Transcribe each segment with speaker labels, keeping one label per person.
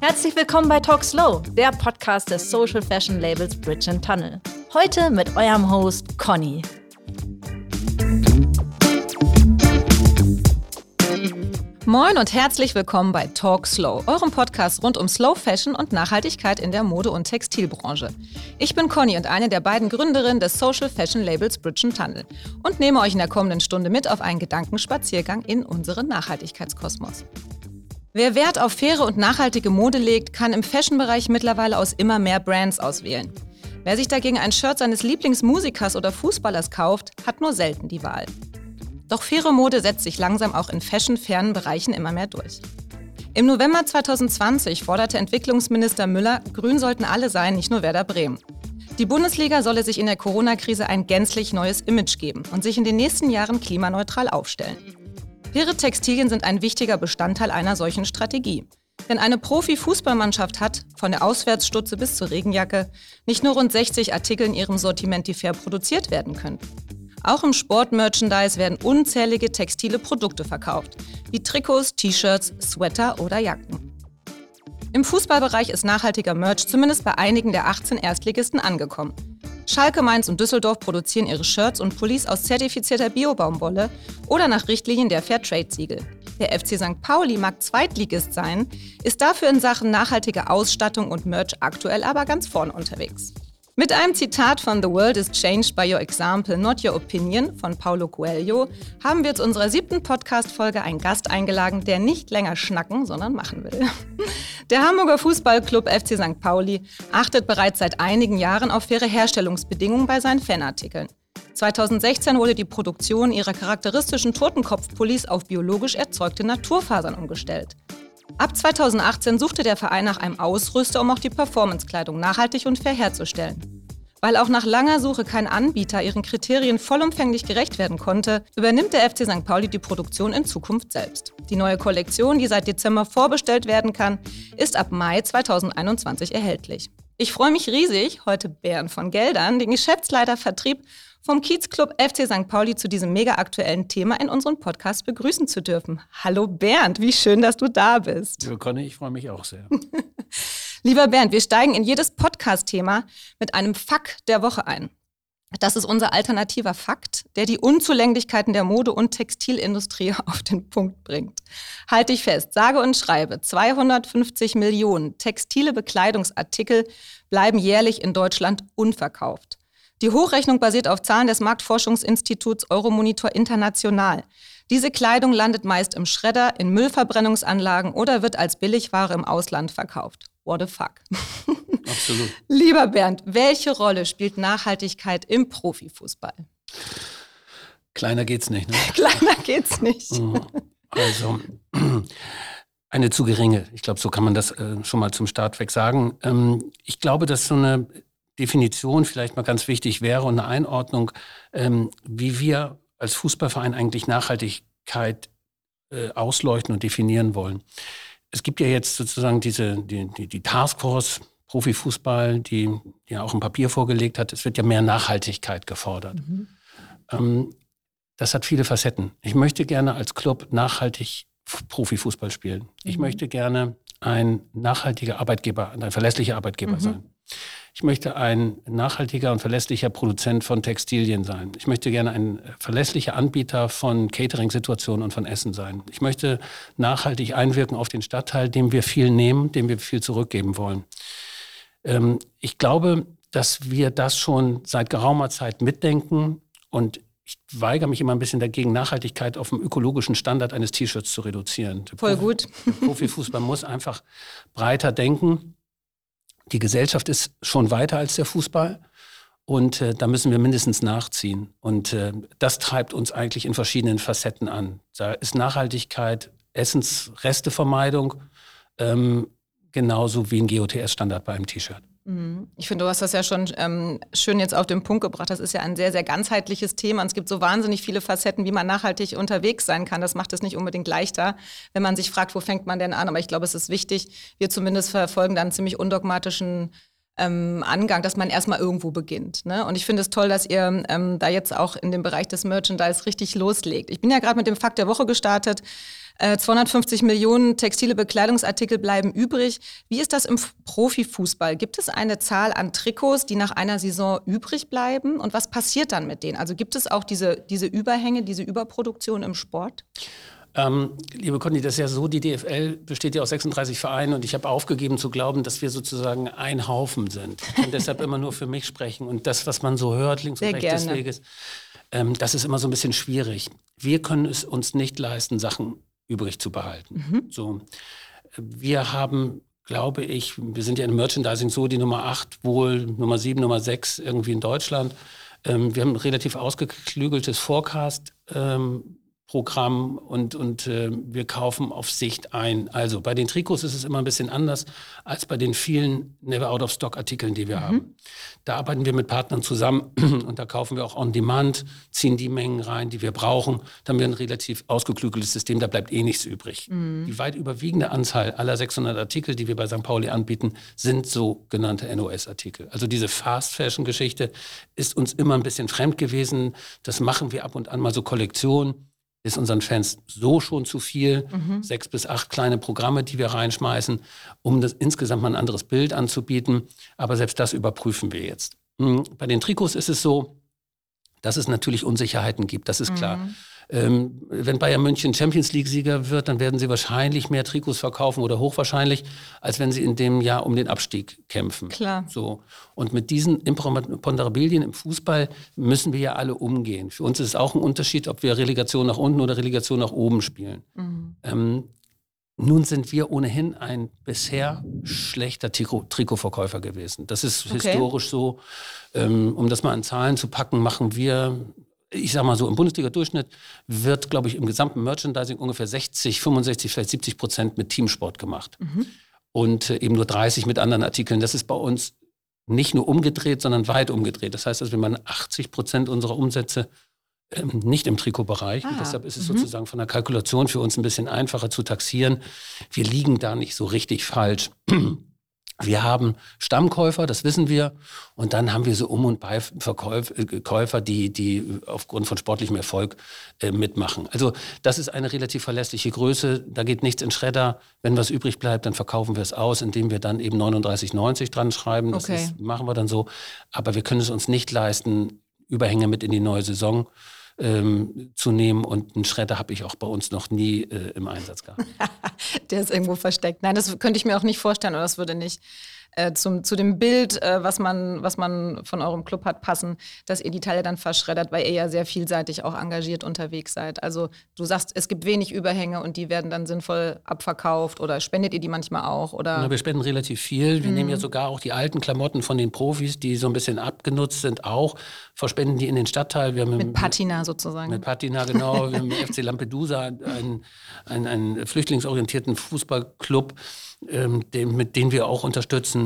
Speaker 1: Herzlich willkommen bei Talk Slow, der Podcast des Social Fashion Labels Bridge & Tunnel. Heute mit eurem Host Conny. Moin und herzlich willkommen bei Talk Slow, eurem Podcast rund um Slow Fashion und Nachhaltigkeit in der Mode- und Textilbranche. Ich bin Conny und eine der beiden Gründerinnen des Social Fashion Labels Bridge & Tunnel und nehme euch in der kommenden Stunde mit auf einen Gedankenspaziergang in unseren Nachhaltigkeitskosmos. Wer Wert auf faire und nachhaltige Mode legt, kann im Fashion-Bereich mittlerweile aus immer mehr Brands auswählen. Wer sich dagegen ein Shirt seines Lieblingsmusikers oder Fußballers kauft, hat nur selten die Wahl. Doch faire Mode setzt sich langsam auch in fashionfernen Bereichen immer mehr durch. Im November 2020 forderte Entwicklungsminister Müller, grün sollten alle sein, nicht nur Werder Bremen. Die Bundesliga solle sich in der Corona-Krise ein gänzlich neues Image geben und sich in den nächsten Jahren klimaneutral aufstellen. Faire Textilien sind ein wichtiger Bestandteil einer solchen Strategie. Denn eine Profi-Fußballmannschaft hat, von der Auswärtsstutze bis zur Regenjacke, nicht nur rund 60 Artikel in ihrem Sortiment, die fair produziert werden können. Auch im Sportmerchandise werden unzählige textile Produkte verkauft, wie Trikots, T-Shirts, Sweater oder Jacken. Im Fußballbereich ist nachhaltiger Merch zumindest bei einigen der 18 Erstligisten angekommen. Schalke, Mainz und Düsseldorf produzieren ihre Shirts und Pullis aus zertifizierter Bio-Baumwolle oder nach Richtlinien der Fairtrade-Siegel. Der FC St. Pauli mag Zweitligist sein, ist dafür in Sachen nachhaltige Ausstattung und Merch aktuell aber ganz vorne unterwegs. Mit einem Zitat von The World is Changed by Your Example, Not Your Opinion von Paulo Coelho haben wir zu unserer 7. Podcast-Folge einen Gast eingeladen, der nicht länger schnacken, sondern machen will. Der Hamburger Fußballclub FC St. Pauli achtet bereits seit einigen Jahren auf faire Herstellungsbedingungen bei seinen Fanartikeln. 2016 wurde die Produktion ihrer charakteristischen Totenkopfpullis auf biologisch erzeugte Naturfasern umgestellt. Ab 2018 suchte der Verein nach einem Ausrüster, um auch die Performance-Kleidung nachhaltig und fair herzustellen. Weil auch nach langer Suche kein Anbieter ihren Kriterien vollumfänglich gerecht werden konnte, übernimmt der FC St. Pauli die Produktion in Zukunft selbst. Die neue Kollektion, die seit Dezember vorbestellt werden kann, ist ab Mai 2021 erhältlich. Ich freue mich riesig, heute Bernd von Geldern, den Geschäftsleiter Vertrieb vom Kiezclub FC St. Pauli, zu diesem mega aktuellen Thema in unserem Podcast begrüßen zu dürfen. Hallo Bernd, wie schön, dass du da bist.
Speaker 2: Liebe Conny, ich freue mich auch sehr.
Speaker 1: Lieber Bernd, wir steigen in jedes Podcast-Thema mit einem Fakt der Woche ein. Das ist unser alternativer Fakt, der die Unzulänglichkeiten der Mode- und Textilindustrie auf den Punkt bringt. Halt dich fest, sage und schreibe, 250 Millionen textile Bekleidungsartikel bleiben jährlich in Deutschland unverkauft. Die Hochrechnung basiert auf Zahlen des Marktforschungsinstituts Euromonitor International. Diese Kleidung landet meist im Schredder, in Müllverbrennungsanlagen oder wird als Billigware im Ausland verkauft. What the fuck?
Speaker 2: Absolut.
Speaker 1: Lieber Bernd, welche Rolle spielt Nachhaltigkeit im Profifußball?
Speaker 2: Kleiner geht's nicht, ne?
Speaker 1: Kleiner geht's nicht.
Speaker 2: Also, eine zu geringe. Ich glaube, so kann man das schon mal zum Start weg sagen. Ich glaube, dass so eine Definition vielleicht mal ganz wichtig wäre und eine Einordnung, wie wir als Fußballverein eigentlich Nachhaltigkeit ausleuchten und definieren wollen. Es gibt ja jetzt sozusagen die Taskforce Profifußball, die ja auch ein Papier vorgelegt hat. Es wird ja mehr Nachhaltigkeit gefordert. Das hat viele Facetten. Ich möchte gerne als Club nachhaltig Profifußball spielen. Ich möchte gerne ein nachhaltiger Arbeitgeber, ein verlässlicher Arbeitgeber sein. Ich möchte ein nachhaltiger und verlässlicher Produzent von Textilien sein. Ich möchte gerne ein verlässlicher Anbieter von Catering-Situationen und von Essen sein. Ich möchte nachhaltig einwirken auf den Stadtteil, dem wir viel nehmen, dem wir viel zurückgeben wollen. Ich glaube, dass wir das schon seit geraumer Zeit mitdenken und ich weigere mich immer ein bisschen dagegen, Nachhaltigkeit auf den ökologischen Standard eines T-Shirts zu reduzieren.
Speaker 1: Voll gut.
Speaker 2: Der Profifußball muss einfach breiter denken. Die Gesellschaft ist schon weiter als der Fußball und da müssen wir mindestens nachziehen. Und das treibt uns eigentlich in verschiedenen Facetten an. Da ist Nachhaltigkeit, Essensrestevermeidung, genauso wie ein GOTS-Standard bei einem T-Shirt.
Speaker 1: Ich finde, du hast das ja schon schön jetzt auf den Punkt gebracht. Das ist ja ein sehr, sehr ganzheitliches Thema. Und es gibt so wahnsinnig viele Facetten, wie man nachhaltig unterwegs sein kann. Das macht es nicht unbedingt leichter, wenn man sich fragt, wo fängt man denn an? Aber ich glaube, es ist wichtig. Wir zumindest verfolgen da einen ziemlich undogmatischen Angang, dass man erstmal irgendwo beginnt. Ne? Und ich finde es toll, dass ihr da jetzt auch in dem Bereich des Merchandise richtig loslegt. Ich bin ja gerade mit dem Fakt der Woche gestartet. 250 Millionen textile Bekleidungsartikel bleiben übrig. Wie ist das im Profifußball? Gibt es eine Zahl an Trikots, die nach einer Saison übrig bleiben? Und was passiert dann mit denen? Also gibt es auch diese Überhänge, diese Überproduktion im Sport?
Speaker 2: Liebe Conny, das ist ja so, die DFL besteht ja aus 36 Vereinen und ich habe aufgegeben zu glauben, dass wir sozusagen ein Haufen sind. Ich kann deshalb immer nur für mich sprechen und das, was man so hört, links und rechts des Weges, das ist immer so ein bisschen schwierig. Wir können es uns nicht leisten, Sachen übrig zu behalten. So, wir haben, glaube ich, wir sind ja im Merchandising so die Nummer 8, wohl Nummer 7, Nummer 6 irgendwie in Deutschland. Wir haben ein relativ ausgeklügeltes Forecast-Programm und wir kaufen auf Sicht ein. Also bei den Trikots ist es immer ein bisschen anders als bei den vielen Never-Out-of-Stock-Artikeln, die wir haben. Da arbeiten wir mit Partnern zusammen und da kaufen wir auch on demand, ziehen die Mengen rein, die wir brauchen. Dann haben wir ein relativ ausgeklügeltes System, da bleibt eh nichts übrig. Die weit überwiegende Anzahl aller 600 Artikel, die wir bei St. Pauli anbieten, sind sogenannte NOS-Artikel. Also diese Fast-Fashion-Geschichte ist uns immer ein bisschen fremd gewesen. Das machen wir ab und an mal so Kollektionen. Ist unseren Fans so schon zu viel. 6 bis 8 kleine Programme, die wir reinschmeißen, um das insgesamt mal ein anderes Bild anzubieten. Aber selbst das überprüfen wir jetzt. Bei den Trikots ist es so, dass es natürlich Unsicherheiten gibt, das ist klar. Wenn Bayern München Champions-League-Sieger wird, dann werden sie wahrscheinlich mehr Trikots verkaufen oder hochwahrscheinlich, als wenn sie in dem Jahr um den Abstieg kämpfen.
Speaker 1: Klar.
Speaker 2: So. Und mit diesen Imponderabilien im Fußball müssen wir ja alle umgehen. Für uns ist es auch ein Unterschied, ob wir Relegation nach unten oder Relegation nach oben spielen. Nun sind wir ohnehin ein bisher schlechter Trikotverkäufer gewesen. Das ist historisch so. Um das mal in Zahlen zu packen, machen wir, ich sag mal so, im Bundesliga-Durchschnitt wird, glaube ich, im gesamten Merchandising ungefähr 60, 65, vielleicht 70% mit Teamsport gemacht. Und eben nur 30 mit anderen Artikeln. Das ist bei uns nicht nur umgedreht, sondern weit umgedreht. Das heißt, dass wir mal 80% unserer Umsätze nicht im Trikotbereich. Und deshalb ist es sozusagen von der Kalkulation für uns ein bisschen einfacher zu taxieren. Wir liegen da nicht so richtig falsch. Wir haben Stammkäufer, das wissen wir. Und dann haben wir so Um- und Beikäufer, die aufgrund von sportlichem Erfolg mitmachen. Also das ist eine relativ verlässliche Größe. Da geht nichts in Schredder. Wenn was übrig bleibt, dann verkaufen wir es aus, indem wir dann eben 39,90 dran schreiben. Das machen wir dann so. Aber wir können es uns nicht leisten, Überhänge mit in die neue Saison zu nehmen. Und einen Schredder habe ich auch bei uns noch nie im Einsatz gehabt.
Speaker 1: Der ist irgendwo versteckt. Nein, das könnte ich mir auch nicht vorstellen oder das würde nicht zu dem Bild, was man von eurem Club hat, passen, dass ihr die Teile dann verschreddert, weil ihr ja sehr vielseitig auch engagiert unterwegs seid. Also du sagst, es gibt wenig Überhänge und die werden dann sinnvoll abverkauft oder spendet ihr die manchmal auch? Oder?
Speaker 2: Ja, wir spenden relativ viel. Wir nehmen ja sogar auch die alten Klamotten von den Profis, die so ein bisschen abgenutzt sind, auch, verspenden die in den Stadtteil. Wir haben
Speaker 1: mit Patina sozusagen.
Speaker 2: Mit Patina, genau. Wir haben im FC Lampedusa einen flüchtlingsorientierten Fußballclub, mit denen wir auch unterstützen.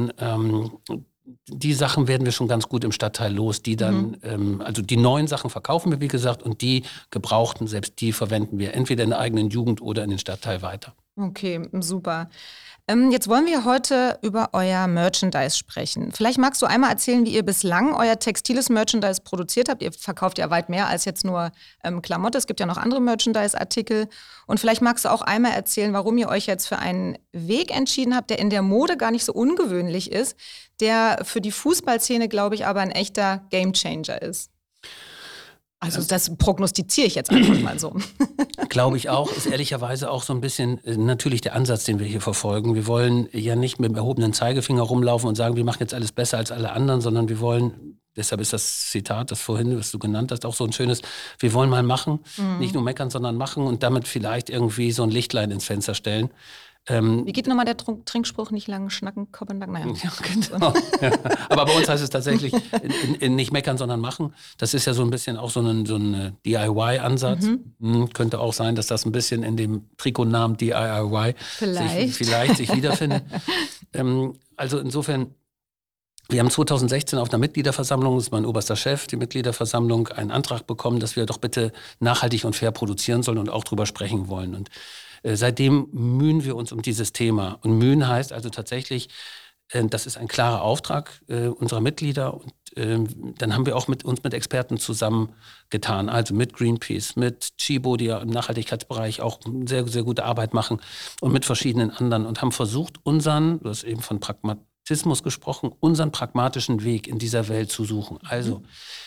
Speaker 2: Die Sachen werden wir schon ganz gut im Stadtteil los, die dann, also die neuen Sachen verkaufen wir, wie gesagt, und die gebrauchten, selbst die verwenden wir entweder in der eigenen Jugend oder in den Stadtteil weiter.
Speaker 1: Okay, super. Jetzt wollen wir heute über euer Merchandise sprechen. Vielleicht magst du einmal erzählen, wie ihr bislang euer textiles Merchandise produziert habt. Ihr verkauft ja weit mehr als jetzt nur Klamotte. Es gibt ja noch andere Merchandise-Artikel. Und vielleicht magst du auch einmal erzählen, warum ihr euch jetzt für einen Weg entschieden habt, der in der Mode gar nicht so ungewöhnlich ist, der für die Fußballszene, glaube ich, aber ein echter Gamechanger ist. Also das prognostiziere ich jetzt einfach mal so.
Speaker 2: Glaube ich auch, ist ehrlicherweise auch so ein bisschen natürlich der Ansatz, den wir hier verfolgen. Wir wollen ja nicht mit dem erhobenen Zeigefinger rumlaufen und sagen, wir machen jetzt alles besser als alle anderen, sondern wir wollen, deshalb ist das Zitat, das vorhin, was du genannt hast, auch so ein schönes, wir wollen mal machen, nicht nur meckern, sondern machen und damit vielleicht irgendwie so ein Lichtlein ins Fenster stellen.
Speaker 1: Wie geht nochmal der Trinkspruch? Nicht lang schnacken, Kopf Nacken? Naja.
Speaker 2: Ja, genau. Ja. Aber bei uns heißt es tatsächlich nicht meckern, sondern machen. Das ist ja so ein bisschen auch so ein DIY-Ansatz. Könnte auch sein, dass das ein bisschen in dem Trikotnamen DIY vielleicht sich wiederfindet. Also insofern, wir haben 2016 auf einer Mitgliederversammlung, das ist mein oberster Chef, die Mitgliederversammlung, einen Antrag bekommen, dass wir doch bitte nachhaltig und fair produzieren sollen und auch drüber sprechen wollen. Und seitdem mühen wir uns um dieses Thema. Und mühen heißt also tatsächlich Das ist ein klarer Auftrag unserer Mitglieder. Und dann haben wir auch uns mit Experten zusammengetan, also mit Greenpeace, mit Chibo, die ja im Nachhaltigkeitsbereich auch sehr, sehr gute Arbeit machen und mit verschiedenen anderen und haben versucht, du hast eben von Pragmatismus gesprochen, unseren pragmatischen Weg in dieser Welt zu suchen. Also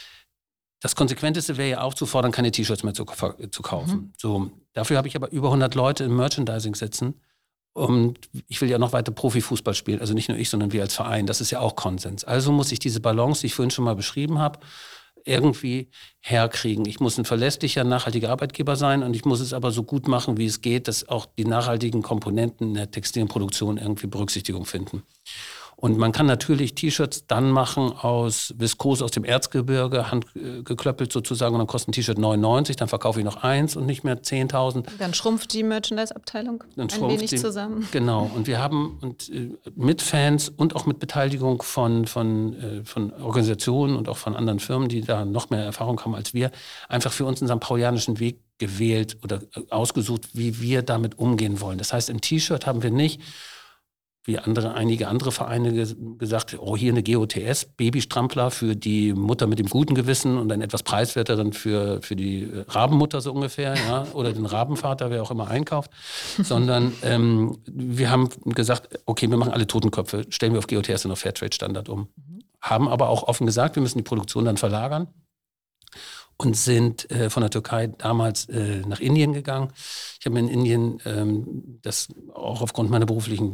Speaker 2: das Konsequenteste wäre ja aufzufordern, keine T-Shirts mehr zu kaufen. So, dafür habe ich aber über 100 Leute im Merchandising sitzen. Und ich will ja noch weiter Profifußball spielen, also nicht nur ich, sondern wir als Verein. Das ist ja auch Konsens. Also muss ich diese Balance, die ich vorhin schon mal beschrieben habe, irgendwie herkriegen. Ich muss ein verlässlicher, nachhaltiger Arbeitgeber sein und ich muss es aber so gut machen, wie es geht, dass auch die nachhaltigen Komponenten in der Textilproduktion irgendwie Berücksichtigung finden. Und man kann natürlich T-Shirts dann machen aus Viskose aus dem Erzgebirge, handgeklöppelt sozusagen, und dann kostet ein T-Shirt 99, dann verkaufe ich noch eins und nicht mehr 10.000.
Speaker 1: Dann schrumpft die Merchandise-Abteilung ein wenig zusammen.
Speaker 2: Genau, und wir haben mit Fans und auch mit Beteiligung von Organisationen und auch von anderen Firmen, die da noch mehr Erfahrung haben als wir, einfach für uns unseren paulianischen Weg gewählt oder ausgesucht, wie wir damit umgehen wollen. Das heißt, im T-Shirt haben wir nicht wie einige andere Vereine gesagt, hier eine GOTS, Babystrampler für die Mutter mit dem guten Gewissen und einen etwas preiswerteren für die Rabenmutter so ungefähr, ja, oder den Rabenvater, wer auch immer einkauft, sondern wir haben gesagt, okay, wir machen alle Totenköpfe, stellen wir auf GOTS und auf Fairtrade-Standard um. Haben aber auch offen gesagt, wir müssen die Produktion dann verlagern. Und sind von der Türkei damals nach Indien gegangen. Ich habe in Indien, das auch aufgrund meiner beruflichen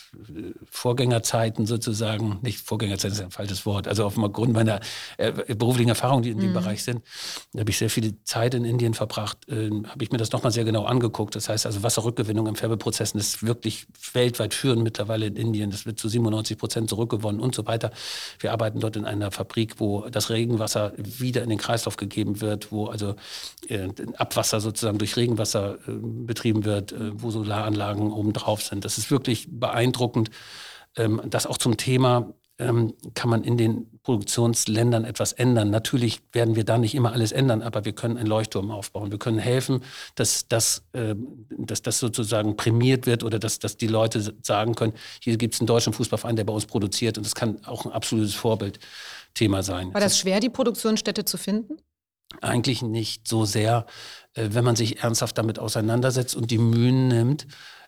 Speaker 2: Vorgängerzeiten sozusagen, nicht Vorgängerzeit ist ein falsches Wort, also aufgrund meiner beruflichen Erfahrungen, die in dem Bereich sind, habe ich sehr viel Zeit in Indien verbracht, habe ich mir das nochmal sehr genau angeguckt. Das heißt also Wasserrückgewinnung im Färbeprozessen ist wirklich weltweit führend mittlerweile in Indien. Das wird zu 97% zurückgewonnen und so weiter. Wir arbeiten dort in einer Fabrik, wo das Regenwasser wieder in den Kreislauf gegeben wird, wo also Abwasser sozusagen durch Regenwasser betrieben wird, wo Solaranlagen obendrauf sind. Das ist wirklich beeindruckend. Das auch zum Thema, kann man in den Produktionsländern etwas ändern. Natürlich werden wir da nicht immer alles ändern, aber wir können einen Leuchtturm aufbauen. Wir können helfen, dass das sozusagen prämiert wird oder dass die Leute sagen können, hier gibt es einen deutschen Fußballverein, der bei uns produziert, und das kann auch ein absolutes Vorbildthema sein.
Speaker 1: War das schwer, die Produktionsstätte zu finden?
Speaker 2: Eigentlich nicht so sehr, wenn man sich ernsthaft damit auseinandersetzt und die Mühen nimmt,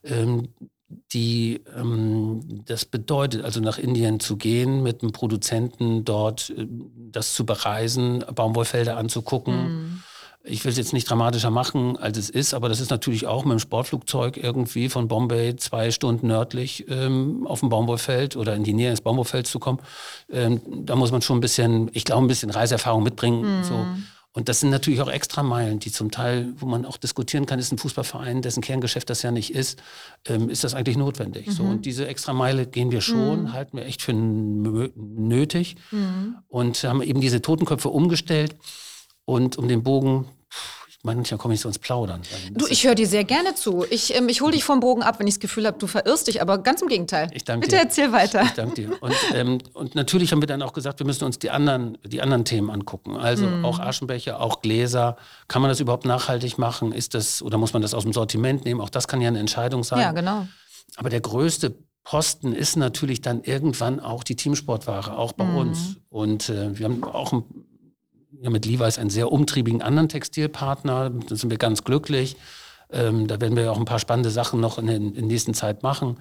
Speaker 2: das bedeutet, also nach Indien zu gehen, mit einem Produzenten dort das zu bereisen, Baumwollfelder anzugucken. Ich will es jetzt nicht dramatischer machen, als es ist, aber das ist natürlich auch mit dem Sportflugzeug irgendwie von Bombay 2 Stunden nördlich auf dem Baumwollfeld oder in die Nähe des Baumwollfelds zu kommen. Da muss man schon ein bisschen Reiseerfahrung mitbringen. So. Und das sind natürlich auch Extrameilen, die zum Teil, wo man auch diskutieren kann, ist ein Fußballverein, dessen Kerngeschäft das ja nicht ist das eigentlich notwendig? So, und diese Extrameile gehen wir schon, halten wir echt für nötig und haben eben diese Totenköpfe umgestellt. Und um den Bogen, manchmal komme ich so ins Plaudern.
Speaker 1: Du, ich höre dir sehr gerne zu. Ich hole dich vom Bogen ab, wenn ich das Gefühl habe, du verirrst dich, aber ganz im Gegenteil.
Speaker 2: Ich danke
Speaker 1: Bitte
Speaker 2: dir.
Speaker 1: Erzähl weiter.
Speaker 2: Ich danke dir. Und natürlich haben wir dann auch gesagt, wir müssen uns die anderen Themen angucken. Also auch Aschenbecher, auch Gläser. Kann man das überhaupt nachhaltig machen? Oder muss man das aus dem Sortiment nehmen? Auch das kann ja eine Entscheidung sein.
Speaker 1: Ja, genau.
Speaker 2: Aber der größte Posten ist natürlich dann irgendwann auch die Teamsportware, auch bei uns. Und wir haben auch mit Levi's einen sehr umtriebigen anderen Textilpartner. Da sind wir ganz glücklich. Da werden wir auch ein paar spannende Sachen noch in der nächsten Zeit machen.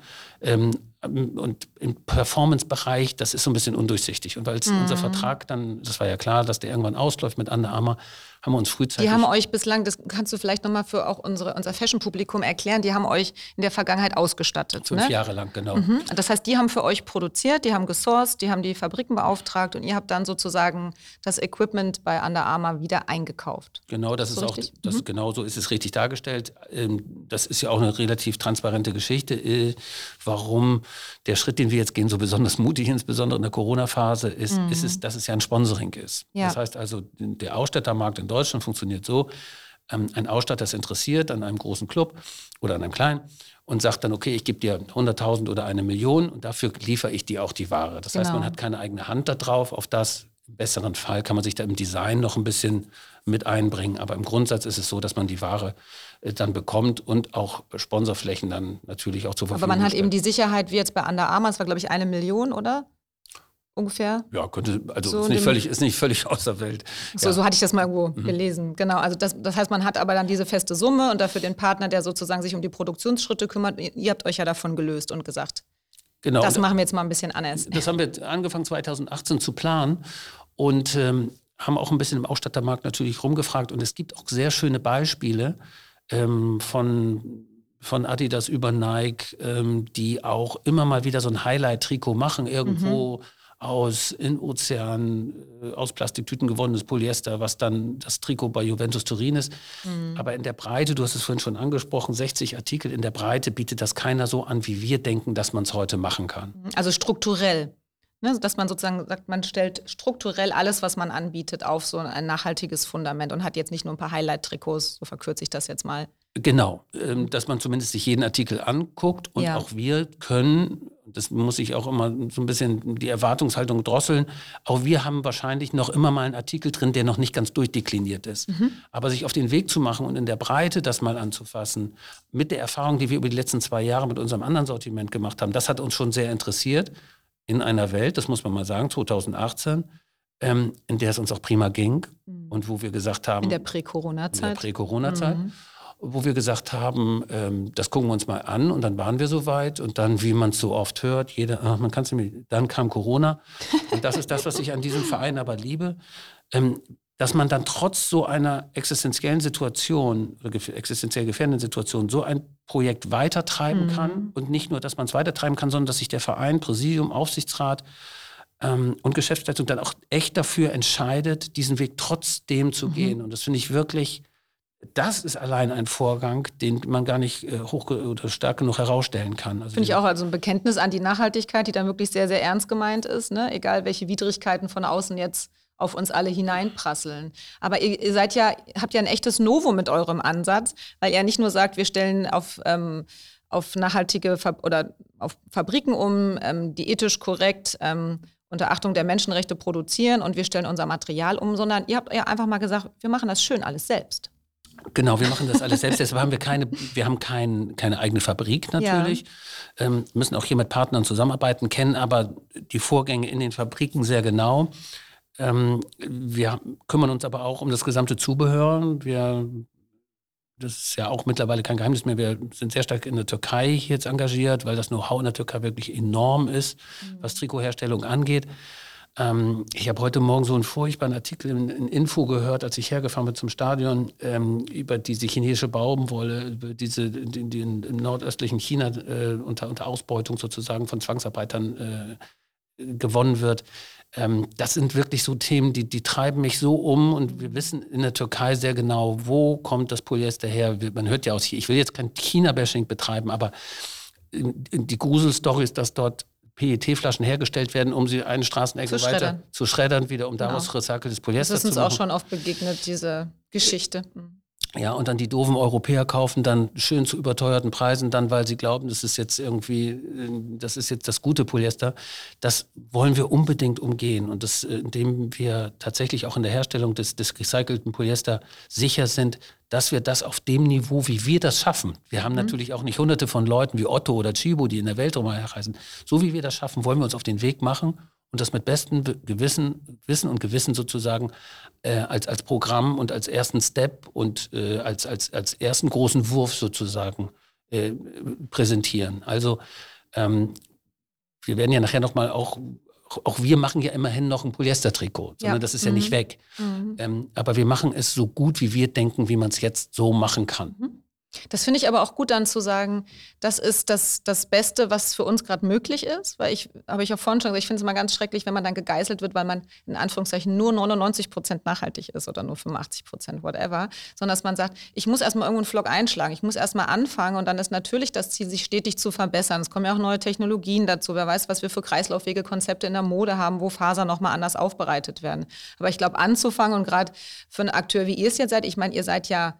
Speaker 2: Und im Performance-Bereich, das ist so ein bisschen undurchsichtig. Und weil unser Vertrag dann, das war ja klar, dass der irgendwann ausläuft mit Under Armour, haben wir uns frühzeitig...
Speaker 1: Die haben euch bislang, das kannst du vielleicht nochmal für auch unser Fashion-Publikum erklären, die haben euch in der Vergangenheit ausgestattet.
Speaker 2: 5 Jahre lang, genau.
Speaker 1: Das heißt, die haben für euch produziert, die haben gesourced, die haben die Fabriken beauftragt und ihr habt dann sozusagen das Equipment bei Under Armour wieder eingekauft.
Speaker 2: Genau, das
Speaker 1: so
Speaker 2: ist
Speaker 1: richtig?
Speaker 2: auch, genau so ist es richtig dargestellt. Das ist ja auch eine relativ transparente Geschichte. Warum der Schritt, den wir jetzt gehen, so besonders mutig, insbesondere in der Corona-Phase, ist es, dass es ja ein Sponsoring ist. Ja. Das heißt also, der Ausstattermarkt in Deutschland funktioniert so, ein Ausstatter ist interessiert an einem großen Club oder an einem kleinen und sagt dann, okay, ich gebe dir 100.000 oder 1 Million und dafür liefere ich dir auch die Ware. Das heißt, man hat keine eigene Hand da drauf auf das. Im besseren Fall kann man sich da im Design noch ein bisschen mit einbringen. Aber im Grundsatz ist es so, dass man die Ware dann bekommt und auch Sponsorflächen dann natürlich auch zur Verfügung
Speaker 1: Aber man hat
Speaker 2: stellt.
Speaker 1: eben die Sicherheit, wie jetzt bei Under Armour, es war glaube ich 1 Million, oder? Ungefähr?
Speaker 2: Ja, also
Speaker 1: So
Speaker 2: ist nicht völlig aus der Welt.
Speaker 1: So hatte ich das mal irgendwo gelesen. Genau, also das heißt, man hat aber dann diese feste Summe und dafür den Partner, der sozusagen sich um die Produktionsschritte kümmert. Ihr habt euch ja davon gelöst und gesagt,
Speaker 2: Genau.
Speaker 1: Das machen wir jetzt mal ein bisschen anders.
Speaker 2: Das haben wir angefangen 2018 zu planen und haben auch ein bisschen im Ausstattermarkt natürlich rumgefragt. Und es gibt auch sehr schöne Beispiele von Adidas über Nike, die auch immer mal wieder so ein Highlight-Trikot machen, irgendwo in Ozean, aus Plastiktüten gewonnenes Polyester, was dann das Trikot bei Juventus Turin ist. Aber in der Breite, du hast es vorhin schon angesprochen, 60 Artikel, in der Breite bietet das keiner so an, wie wir denken, dass man es heute machen kann.
Speaker 1: Also strukturell. Ne, dass man sozusagen sagt, man stellt strukturell alles, was man anbietet, auf so ein nachhaltiges Fundament und hat jetzt nicht nur ein paar Highlight-Trikots, so verkürze ich das jetzt mal.
Speaker 2: Genau, dass man zumindest sich jeden Artikel anguckt und auch wir können, das muss ich auch immer so ein bisschen die Erwartungshaltung drosseln, auch wir haben wahrscheinlich noch immer mal einen Artikel drin, der noch nicht ganz durchdekliniert ist. Aber sich auf den Weg zu machen und in der Breite das mal anzufassen, mit der Erfahrung, die wir über die letzten 2 Jahre mit unserem anderen Sortiment gemacht haben, das hat uns schon sehr interessiert in einer Welt, das muss man mal sagen, 2018, in der es uns auch prima ging und wo wir gesagt haben...
Speaker 1: In der Prä-Corona-Zeit.
Speaker 2: Wo wir gesagt haben, das gucken wir uns mal an und dann waren wir soweit und dann, wie man es so oft hört, dann kam Corona und das ist das, was ich an diesem Verein aber liebe, dass man dann trotz so einer existenziellen Situation oder existenziell gefährdenden Situation so ein Projekt weitertreiben kann und nicht nur, dass man es weitertreiben kann, sondern dass sich der Verein, Präsidium, Aufsichtsrat und Geschäftsleitung dann auch echt dafür entscheidet, diesen Weg trotzdem zu gehen und das finde ich wirklich... Das ist allein ein Vorgang, den man gar nicht hoch oder stark genug herausstellen kann. Also
Speaker 1: finde ich auch ein Bekenntnis an die Nachhaltigkeit, die dann wirklich sehr, sehr ernst gemeint ist, ne? Egal welche Widrigkeiten von außen jetzt auf uns alle hineinprasseln. Aber ihr habt ja ein echtes Novum mit eurem Ansatz, weil ihr nicht nur sagt, wir stellen auf nachhaltige oder auf Fabriken die ethisch korrekt unter Achtung der Menschenrechte produzieren und wir stellen unser Material um, sondern ihr habt ja einfach mal gesagt, wir machen das schön alles selbst.
Speaker 2: Genau, wir machen das alles selbst. Deshalb haben wir haben keine eigene Fabrik natürlich, müssen auch hier mit Partnern zusammenarbeiten, kennen aber die Vorgänge in den Fabriken sehr genau. Wir kümmern uns aber auch um das gesamte Zubehör. Das ist ja auch mittlerweile kein Geheimnis mehr. Wir sind sehr stark in der Türkei jetzt engagiert, weil das Know-how in der Türkei wirklich enorm ist, was Trikotherstellung angeht. Ich habe heute Morgen so einen furchtbaren Artikel in Info gehört, als ich hergefahren bin zum Stadion, über diese chinesische Baumwolle, über die im nordöstlichen China unter Ausbeutung sozusagen von Zwangsarbeitern gewonnen wird. Das sind wirklich so Themen, die treiben mich so um und wir wissen in der Türkei sehr genau, wo kommt das Polyester her. Man hört ja aus hier, ich will jetzt kein China-Bashing betreiben, aber die Gruselstory ist, dass dort PET-Flaschen hergestellt werden, um sie eine Straßenecke weiter zu schreddern, wieder um daraus recyceltes Polyester zu machen.
Speaker 1: Das ist uns auch schon oft begegnet, diese Geschichte.
Speaker 2: Ja, und dann die doofen Europäer kaufen dann schön zu überteuerten Preisen, dann weil sie glauben, das ist jetzt das gute Polyester. Das wollen wir unbedingt umgehen. Und das, indem wir tatsächlich auch in der Herstellung des recycelten Polyester sicher sind, dass wir das auf dem Niveau, wie wir das schaffen. Wir haben natürlich auch nicht hunderte von Leuten wie Otto oder Chibo, die in der Welt rumreisen. So wie wir das schaffen, wollen wir uns auf den Weg machen und das mit bestem Wissen und Gewissen sozusagen als Programm und als ersten Step und als ersten großen Wurf sozusagen präsentieren. Also wir werden ja nachher nochmal auch wir machen ja immerhin noch ein Polyester-Trikot, sondern das ist ja nicht weg. Aber wir machen es so gut, wie wir denken, wie man es jetzt so machen kann.
Speaker 1: Das finde ich aber auch gut dann zu sagen, das ist das Beste, was für uns gerade möglich ist. Weil habe ich auch vorhin schon gesagt, ich finde es immer ganz schrecklich, wenn man dann gegeißelt wird, weil man in Anführungszeichen nur 99% nachhaltig ist oder nur 85%, whatever. Sondern dass man sagt, ich muss erstmal irgendwo einen Flock einschlagen, ich muss erstmal anfangen und dann ist natürlich das Ziel, sich stetig zu verbessern. Es kommen ja auch neue Technologien dazu. Wer weiß, was wir für Kreislaufwege-Konzepte in der Mode haben, wo Fasern nochmal anders aufbereitet werden. Aber ich glaube, anzufangen und gerade für einen Akteur, wie ihr es jetzt seid, ich meine, ihr seid ja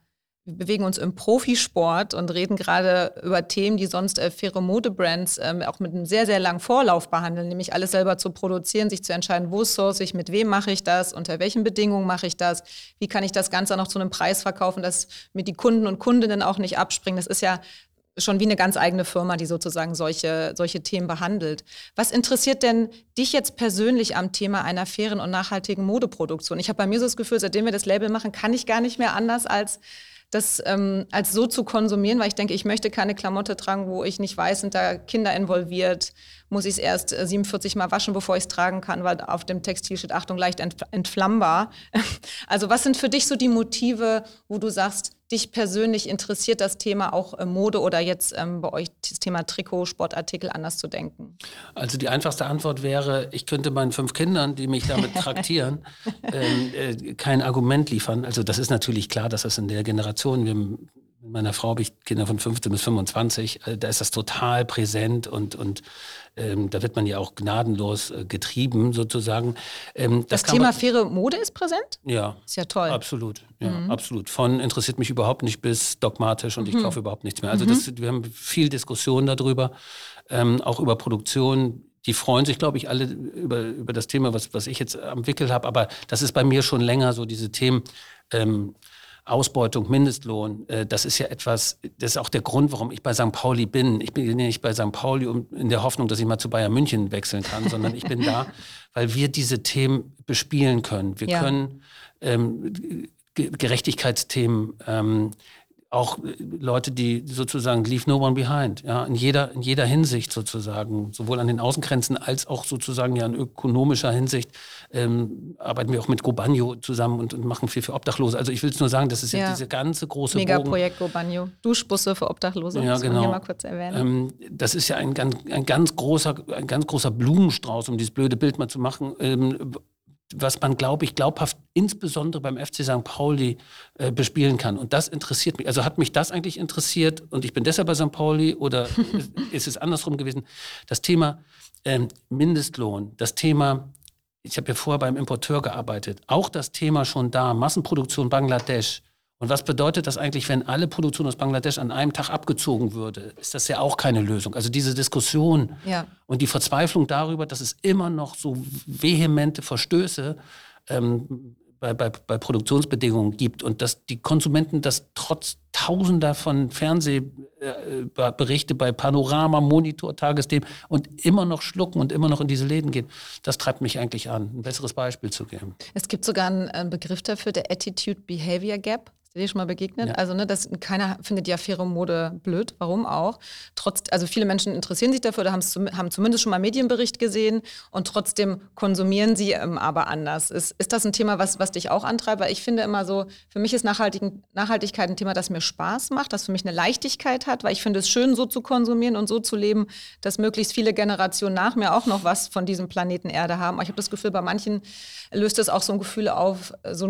Speaker 1: wir bewegen uns im Profisport und reden gerade über Themen, die sonst faire Modebrands auch mit einem sehr, sehr langen Vorlauf behandeln, nämlich alles selber zu produzieren, sich zu entscheiden, wo source ich, mit wem mache ich das, unter welchen Bedingungen mache ich das, wie kann ich das Ganze noch zu einem Preis verkaufen, dass mir die Kunden und Kundinnen auch nicht abspringen. Das ist ja schon wie eine ganz eigene Firma, die sozusagen solche Themen behandelt. Was interessiert denn dich jetzt persönlich am Thema einer fairen und nachhaltigen Modeproduktion? Ich habe bei mir so das Gefühl, seitdem wir das Label machen, kann ich gar nicht mehr anders als so zu konsumieren, weil ich denke, ich möchte keine Klamotte tragen, wo ich nicht weiß, sind da Kinder involviert, muss ich es erst 47 Mal waschen, bevor ich es tragen kann, weil auf dem Textil steht, Achtung, leicht entflammbar. Also was sind für dich so die Motive, wo du sagst, dich persönlich interessiert das Thema auch Mode oder jetzt bei euch das Thema Trikot, Sportartikel anders zu denken?
Speaker 2: Also die einfachste Antwort wäre, ich könnte meinen 5 Kindern, die mich damit traktieren, kein Argument liefern. Also das ist natürlich klar, dass das in der Generation, mit meiner Frau habe ich Kinder von 15 bis 25, da ist das total präsent und da wird man ja auch gnadenlos getrieben sozusagen.
Speaker 1: Das Thema faire Mode ist präsent?
Speaker 2: Ja.
Speaker 1: Ist ja toll.
Speaker 2: Absolut, ja, absolut. Von interessiert mich überhaupt nicht bis dogmatisch und ich kaufe überhaupt nichts mehr. Also wir haben viel Diskussion darüber, auch über Produktion. Die freuen sich, glaube ich, alle über das Thema, was ich jetzt am Wickel habe. Aber das ist bei mir schon länger so, diese Themen Ausbeutung, Mindestlohn, das ist ja etwas, das ist auch der Grund, warum ich bei St. Pauli bin. Ich bin nicht bei St. Pauli in der Hoffnung, dass ich mal zu Bayern München wechseln kann, sondern ich bin da, weil wir diese Themen bespielen können. Wir können Gerechtigkeitsthemen, auch Leute, die sozusagen leave no one behind, ja, in jeder Hinsicht sozusagen, sowohl an den Außengrenzen als auch sozusagen ja in ökonomischer Hinsicht, arbeiten wir auch mit Gobagno zusammen und machen viel für Obdachlose. Also ich will es nur sagen, das ist ja diese ganze große
Speaker 1: Megaprojekt Gobagno, Duschbusse für Obdachlose,
Speaker 2: ja, genau.
Speaker 1: Hier mal kurz erwähnen.
Speaker 2: Das ist ja ein ganz großer Blumenstrauß, um dieses blöde Bild mal zu machen, was man, glaube ich, glaubhaft insbesondere beim FC St. Pauli bespielen kann. Und das interessiert mich. Also hat mich das eigentlich interessiert und ich bin deshalb bei St. Pauli oder ist es andersrum gewesen? Das Thema Mindestlohn, das Thema, ich habe ja vorher beim Importeur gearbeitet, auch das Thema schon da, Massenproduktion Bangladesch. Und was bedeutet das eigentlich, wenn alle Produktion aus Bangladesch an einem Tag abgezogen würde? Ist das ja auch keine Lösung. Also diese Diskussion und die Verzweiflung darüber, dass es immer noch so vehemente Verstöße bei Produktionsbedingungen gibt und dass die Konsumenten das trotz Tausender von Fernsehberichte bei Panorama, Monitor, Tagesthemen und immer noch schlucken und immer noch in diese Läden gehen, das treibt mich eigentlich an, ein besseres Beispiel zu geben.
Speaker 1: Es gibt sogar einen Begriff dafür, der Attitude-Behavior Gap. Ist dir schon mal begegnet? Ja. Also keiner findet ja faire Mode blöd, warum auch? Also viele Menschen interessieren sich dafür oder haben zumindest schon mal Medienbericht gesehen und trotzdem konsumieren sie aber anders. Ist das ein Thema, was dich auch antreibt? Weil ich finde immer so, für mich ist Nachhaltigkeit ein Thema, das mir Spaß macht, das für mich eine Leichtigkeit hat, weil ich finde es schön, so zu konsumieren und so zu leben, dass möglichst viele Generationen nach mir auch noch was von diesem Planeten Erde haben. Aber ich habe das Gefühl, bei manchen löst es auch so ein Gefühl aus,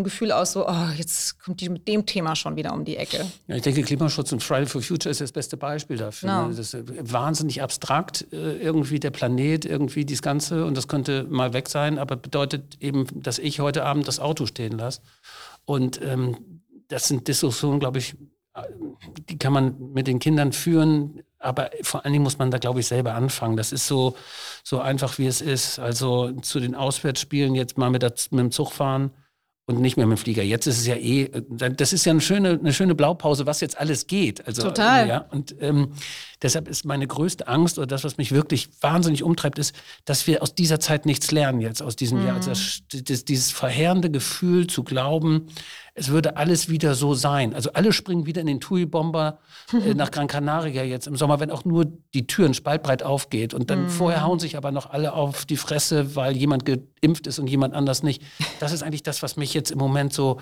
Speaker 1: jetzt kommt die mit dem Thema schon wieder um die Ecke.
Speaker 2: Ja, ich denke, Klimaschutz und Friday for Future ist das beste Beispiel dafür.
Speaker 1: No.
Speaker 2: Ne? Das ist wahnsinnig abstrakt, irgendwie der Planet, irgendwie das Ganze und das könnte mal weg sein, aber bedeutet eben, dass ich heute Abend das Auto stehen lasse. Und das sind Diskussionen, glaube ich, die kann man mit den Kindern führen, aber vor allen Dingen muss man da, glaube ich, selber anfangen. Das ist so einfach, wie es ist. Also zu den Auswärtsspielen jetzt mal mit dem Zug fahren und nicht mehr mit dem Flieger. Jetzt ist es ja das ist ja eine schöne Blaupause, was jetzt alles geht. Also,
Speaker 1: total.
Speaker 2: Ja, und deshalb ist meine größte Angst oder das, was mich wirklich wahnsinnig umtreibt, ist, dass wir aus dieser Zeit nichts lernen jetzt, aus diesem Jahr. Also dieses verheerende Gefühl zu glauben, es würde alles wieder so sein. Also alle springen wieder in den TUI-Bomber nach Gran Canaria jetzt im Sommer, wenn auch nur die Türen spaltbreit aufgeht. Und dann vorher hauen sich aber noch alle auf die Fresse, weil jemand geimpft ist und jemand anders nicht. Das ist eigentlich das, was mich jetzt im Moment so,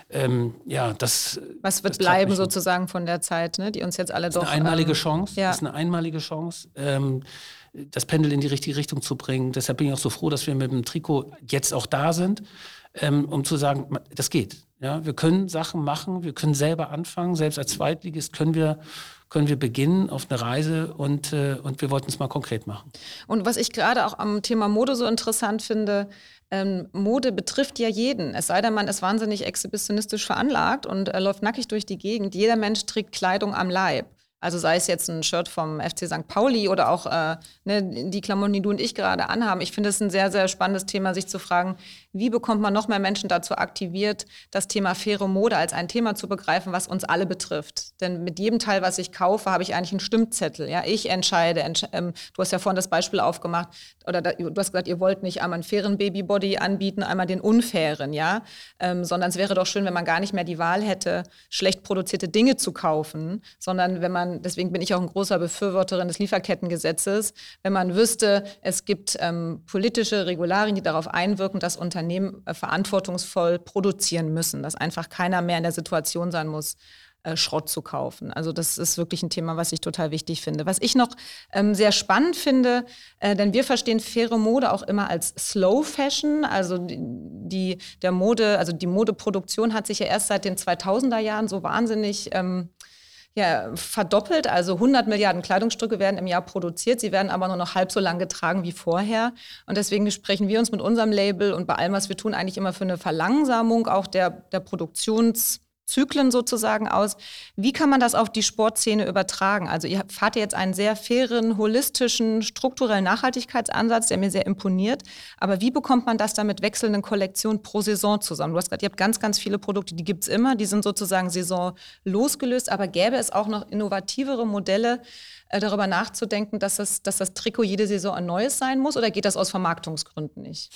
Speaker 1: Was wird bleiben sozusagen von der Zeit, ne, die uns jetzt alle doch...
Speaker 2: Das ist eine einmalige Chance.
Speaker 1: Ja.
Speaker 2: Das ist eine einmalige Chance, das Pendel in die richtige Richtung zu bringen. Deshalb bin ich auch so froh, dass wir mit dem Trikot jetzt auch da sind, um zu sagen, das geht. Ja, wir können Sachen machen, wir können selber anfangen. Selbst als Zweitligist können wir können wir beginnen auf eine Reise und wir wollten es mal konkret machen.
Speaker 1: Und was ich gerade auch am Thema Mode so interessant finde, Mode betrifft ja jeden. Es sei denn, man ist wahnsinnig exhibitionistisch veranlagt und läuft nackig durch die Gegend. Jeder Mensch trägt Kleidung am Leib. Also sei es jetzt ein Shirt vom FC St. Pauli oder auch die Klamotten, die du und ich gerade anhaben. Ich finde es ein sehr, sehr spannendes Thema, sich zu fragen, wie bekommt man noch mehr Menschen dazu aktiviert, das Thema faire Mode als ein Thema zu begreifen, was uns alle betrifft. Denn mit jedem Teil, was ich kaufe, habe ich eigentlich einen Stimmzettel. Ja? Ich entscheide. Du hast ja vorhin das Beispiel aufgemacht, oder du hast gesagt, ihr wollt nicht einmal einen fairen Babybody anbieten, einmal den unfairen, ja? Sondern es wäre doch schön, wenn man gar nicht mehr die Wahl hätte, schlecht produzierte Dinge zu kaufen, sondern wenn man, deswegen bin ich auch ein großer Befürworterin des Lieferkettengesetzes, wenn man wüsste, es gibt politische Regularien, die darauf einwirken, dass Unternehmen verantwortungsvoll produzieren müssen, dass einfach keiner mehr in der Situation sein muss, Schrott zu kaufen. Also das ist wirklich ein Thema, was ich total wichtig finde. Was ich noch sehr spannend finde, denn wir verstehen faire Mode auch immer als Slow Fashion. Also die Modeproduktion hat sich ja erst seit den 2000er Jahren so wahnsinnig verdoppelt. Also 100 Milliarden Kleidungsstücke werden im Jahr produziert. Sie werden aber nur noch halb so lang getragen wie vorher. Und deswegen sprechen wir uns mit unserem Label und bei allem, was wir tun, eigentlich immer für eine Verlangsamung auch der Produktionszyklen sozusagen aus. Wie kann man das auf die Sportszene übertragen? Also ihr fahrt jetzt einen sehr fairen, holistischen, strukturellen Nachhaltigkeitsansatz, der mir sehr imponiert. Aber wie bekommt man das dann mit wechselnden Kollektionen pro Saison zusammen? Du hast gesagt, ihr habt ganz, ganz viele Produkte, die gibt es immer, die sind sozusagen saisonlosgelöst. Aber gäbe es auch noch innovativere Modelle, darüber nachzudenken, dass das Trikot jede Saison ein neues sein muss? Oder geht das aus Vermarktungsgründen nicht?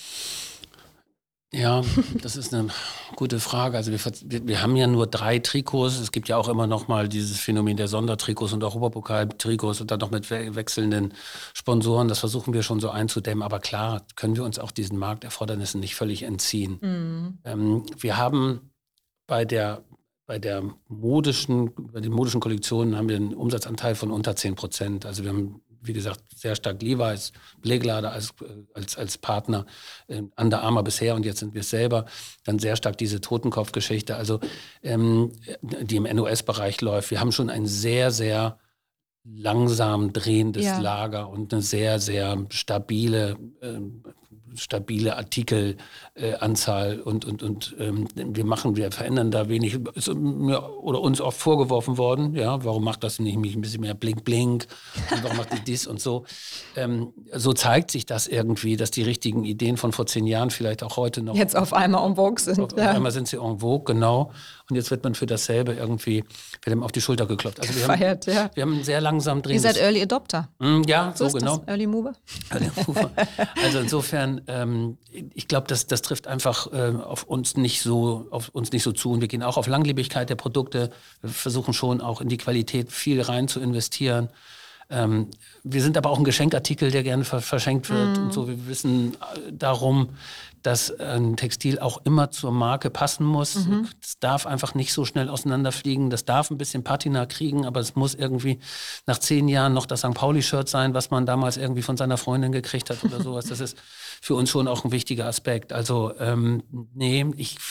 Speaker 2: Ja, das ist eine gute Frage. Also wir haben ja nur 3 Trikots. Es gibt ja auch immer noch mal dieses Phänomen der Sondertrikots und Europapokal-Trikots und dann noch mit wechselnden Sponsoren. Das versuchen wir schon so einzudämmen. Aber klar, können wir uns auch diesen Markterfordernissen nicht völlig entziehen. Mhm. Wir haben bei den modischen Kollektionen haben wir einen Umsatzanteil von unter 10%. Also wir haben, wie gesagt, sehr stark Levi's, Beleglade als Partner, Under Armour bisher und jetzt sind wir es selber. Dann sehr stark diese Totenkopfgeschichte, also die im NOS-Bereich läuft. Wir haben schon ein sehr, sehr langsam drehendes Lager und eine sehr, sehr stabile Artikelanzahl und wir verändern da wenig. Ist mir oder uns oft vorgeworfen worden, ja, warum macht das nicht ein bisschen mehr Blink Blink und warum macht die dies und so. So zeigt sich das irgendwie, dass die richtigen Ideen von vor 10 Jahren vielleicht auch heute noch
Speaker 1: jetzt auf einmal en vogue sind.
Speaker 2: Auf einmal sind sie en vogue, genau. Und jetzt wird man für dasselbe wird ihm auf die Schulter geklopft. Also wir haben sehr langsam drin.
Speaker 1: Ihr seid Early Adopter.
Speaker 2: Ja, so genau.
Speaker 1: Das? Early Mover.
Speaker 2: Also insofern, ich glaube, das trifft einfach auf uns nicht so zu. Und wir gehen auch auf Langlebigkeit der Produkte. Wir versuchen schon auch in die Qualität viel rein zu investieren. Wir sind aber auch ein Geschenkartikel, der gerne verschenkt wird. Und so. Wir wissen darum, dass ein Textil auch immer zur Marke passen muss. Es darf einfach nicht so schnell auseinanderfliegen. Das darf ein bisschen Patina kriegen, aber es muss irgendwie nach 10 Jahren noch das St. Pauli-Shirt sein, was man damals irgendwie von seiner Freundin gekriegt hat oder sowas. Das ist für uns schon auch ein wichtiger Aspekt. Also wir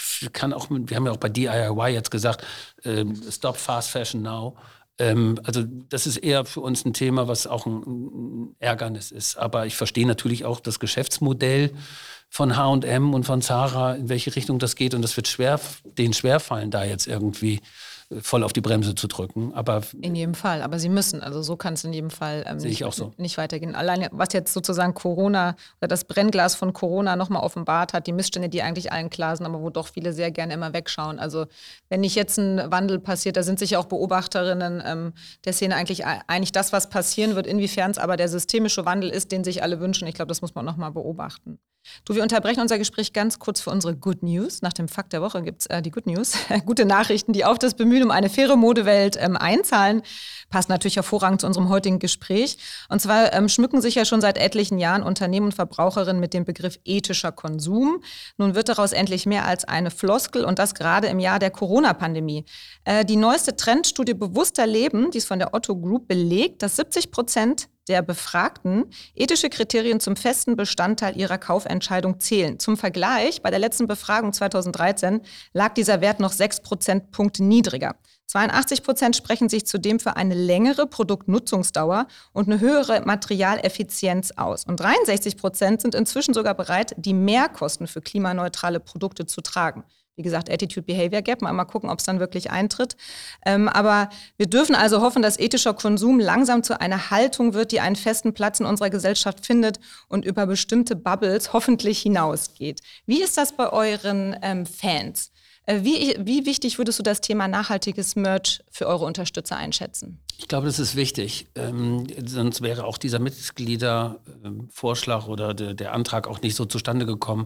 Speaker 2: haben ja auch bei DIY jetzt gesagt, Stop Fast Fashion Now. Also das ist eher für uns ein Thema, was auch ein Ärgernis ist. Aber ich verstehe natürlich auch das Geschäftsmodell von H&M und von Zara, in welche Richtung das geht. Und das wird denen schwerfallen, da jetzt irgendwie voll auf die Bremse zu drücken. Aber
Speaker 1: in jedem Fall, aber sie müssen. Also so kann es in jedem Fall nicht weitergehen. Allein was jetzt sozusagen Corona oder das Brennglas von Corona nochmal offenbart hat, die Missstände, die eigentlich allen klar sind, aber wo doch viele sehr gerne immer wegschauen. Also wenn nicht jetzt ein Wandel passiert, da sind sicher auch Beobachterinnen der Szene eigentlich das, was passieren wird, inwiefern es aber der systemische Wandel ist, den sich alle wünschen. Ich glaube, das muss man nochmal beobachten. Du, wir unterbrechen unser Gespräch ganz kurz für unsere Good News. Nach dem Fakt der Woche gibt es die Good News. Gute Nachrichten, die auf das Bemühen um eine faire Modewelt einzahlen. Passt natürlich hervorragend zu unserem heutigen Gespräch. Und zwar schmücken sich ja schon seit etlichen Jahren Unternehmen und Verbraucherinnen mit dem Begriff ethischer Konsum. Nun wird daraus endlich mehr als eine Floskel und das gerade im Jahr der Corona-Pandemie. Die neueste Trendstudie Bewusster Leben, die ist von der Otto Group, belegt, dass 70% der Befragten ethische Kriterien zum festen Bestandteil ihrer Kaufentscheidung zählen. Zum Vergleich, bei der letzten Befragung 2013 lag dieser Wert noch 6 Prozentpunkte niedriger. 82% sprechen sich zudem für eine längere Produktnutzungsdauer und eine höhere Materialeffizienz aus. Und 63% sind inzwischen sogar bereit, die Mehrkosten für klimaneutrale Produkte zu tragen. Wie gesagt, Attitude-Behavior Gap, mal gucken, ob es dann wirklich eintritt. Aber wir dürfen also hoffen, dass ethischer Konsum langsam zu einer Haltung wird, die einen festen Platz in unserer Gesellschaft findet und über bestimmte Bubbles hoffentlich hinausgeht. Wie ist das bei euren Fans? Wie wichtig würdest du das Thema nachhaltiges Merch für eure Unterstützer einschätzen?
Speaker 2: Ich glaube, das ist wichtig. Sonst wäre auch dieser Mitgliedervorschlag oder der Antrag auch nicht so zustande gekommen.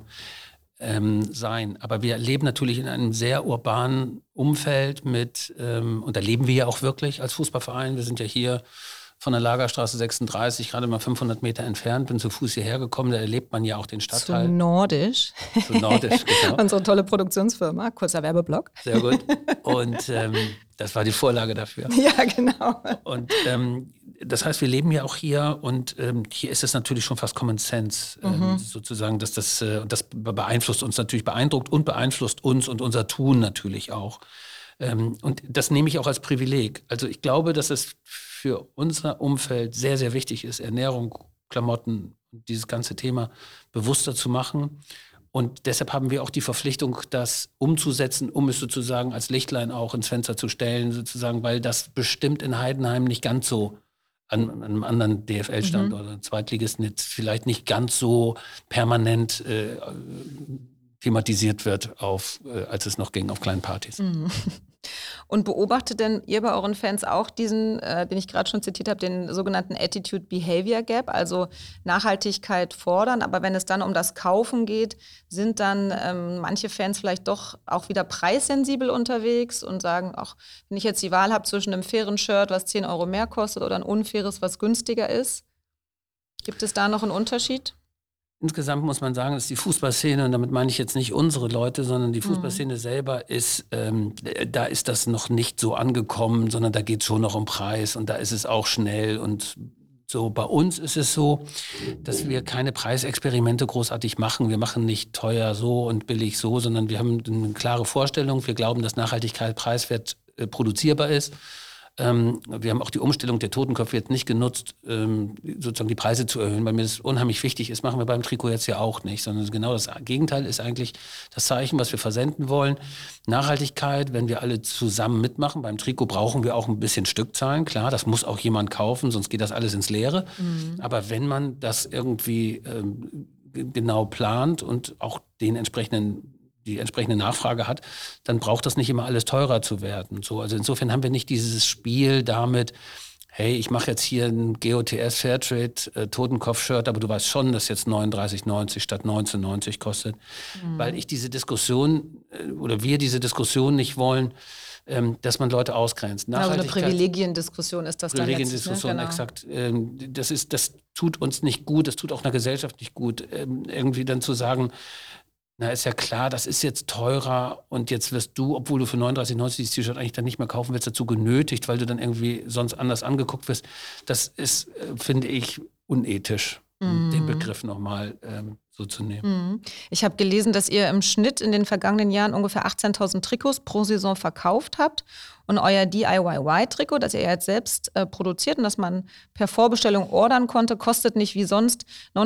Speaker 2: Sein. Aber wir leben natürlich in einem sehr urbanen Umfeld und da leben wir ja auch wirklich als Fußballverein. Wir sind ja hier von der Lagerstraße 36, gerade mal 500 Meter entfernt, bin zu Fuß hierher gekommen, da erlebt man ja auch den Stadtteil.
Speaker 1: Zu Nordisch.
Speaker 2: Zu Nordisch, genau.
Speaker 1: Unsere tolle Produktionsfirma, kurzer Werbeblock.
Speaker 2: Sehr gut. Und das war die Vorlage dafür.
Speaker 1: Ja, genau.
Speaker 2: Und das heißt, wir leben ja auch hier und hier ist es natürlich schon fast Common Sense, sozusagen, dass das beeinflusst uns natürlich, beeindruckt und beeinflusst uns und unser Tun natürlich auch. Und das nehme ich auch als Privileg. Also ich glaube, dass es für unser Umfeld sehr, sehr wichtig ist, Ernährung, Klamotten, dieses ganze Thema bewusster zu machen. Und deshalb haben wir auch die Verpflichtung, das umzusetzen, um es sozusagen als Lichtlein auch ins Fenster zu stellen, sozusagen, weil das bestimmt in Heidenheim nicht ganz so an einem anderen DFL-Standort oder Zweitligisten jetzt vielleicht nicht ganz so permanent thematisiert wird, als es noch ging, auf kleinen Partys.
Speaker 1: Und beobachtet denn ihr bei euren Fans auch diesen, den ich gerade schon zitiert habe, den sogenannten Attitude-Behavior Gap, also Nachhaltigkeit fordern, aber wenn es dann um das Kaufen geht, sind dann manche Fans vielleicht doch auch wieder preissensibel unterwegs und sagen, ach, wenn ich jetzt die Wahl habe zwischen einem fairen Shirt, was 10 Euro mehr kostet, oder ein unfaires, was günstiger ist, gibt es da noch einen Unterschied?
Speaker 2: Insgesamt muss man sagen, dass die Fußballszene, und damit meine ich jetzt nicht unsere Leute, sondern die Fußballszene selber ist, da ist das noch nicht so angekommen, sondern da geht es schon noch um Preis und da ist es auch schnell und so. Bei uns ist es so, dass wir keine Preisexperimente großartig machen. Wir machen nicht teuer so und billig so, sondern wir haben eine klare Vorstellung. Wir glauben, dass Nachhaltigkeit preiswert produzierbar ist. Wir haben auch die Umstellung der Totenköpfe jetzt nicht genutzt, sozusagen die Preise zu erhöhen, weil mir das unheimlich wichtig ist. Machen wir beim Trikot jetzt ja auch nicht, sondern genau das Gegenteil ist eigentlich das Zeichen, was wir versenden wollen. Nachhaltigkeit, wenn wir alle zusammen mitmachen. Beim Trikot brauchen wir auch ein bisschen Stückzahlen. Klar, das muss auch jemand kaufen, sonst geht das alles ins Leere. Aber wenn man das irgendwie genau plant und auch die entsprechende Nachfrage hat, dann braucht das nicht immer alles teurer zu werden. So, also insofern haben wir nicht dieses Spiel damit, hey, ich mache jetzt hier ein GOTS Fairtrade Totenkopf-Shirt, aber du weißt schon, dass jetzt 39,90 statt 19,90 kostet. Weil ich diese Diskussion oder wir diese Diskussion nicht wollen, dass man Leute ausgrenzt.
Speaker 1: Also eine Privilegiendiskussion ist das dann jetzt.
Speaker 2: Privilegiendiskussion, ne? Genau. Exakt. Das tut uns nicht gut, das tut auch einer Gesellschaft nicht gut, irgendwie dann zu sagen, na, ist ja klar, das ist jetzt teurer und jetzt wirst du, obwohl du für 39,90 dieses T-Shirt eigentlich dann nicht mehr kaufen willst, dazu genötigt, weil du dann irgendwie sonst anders angeguckt wirst. Das ist, finde ich, unethisch, den Begriff nochmal so zu nehmen.
Speaker 1: Ich habe gelesen, dass ihr im Schnitt in den vergangenen Jahren ungefähr 18.000 Trikots pro Saison verkauft habt. Und euer DIY-Trikot, das ihr jetzt selbst produziert und das man per Vorbestellung ordern konnte, kostet nicht wie sonst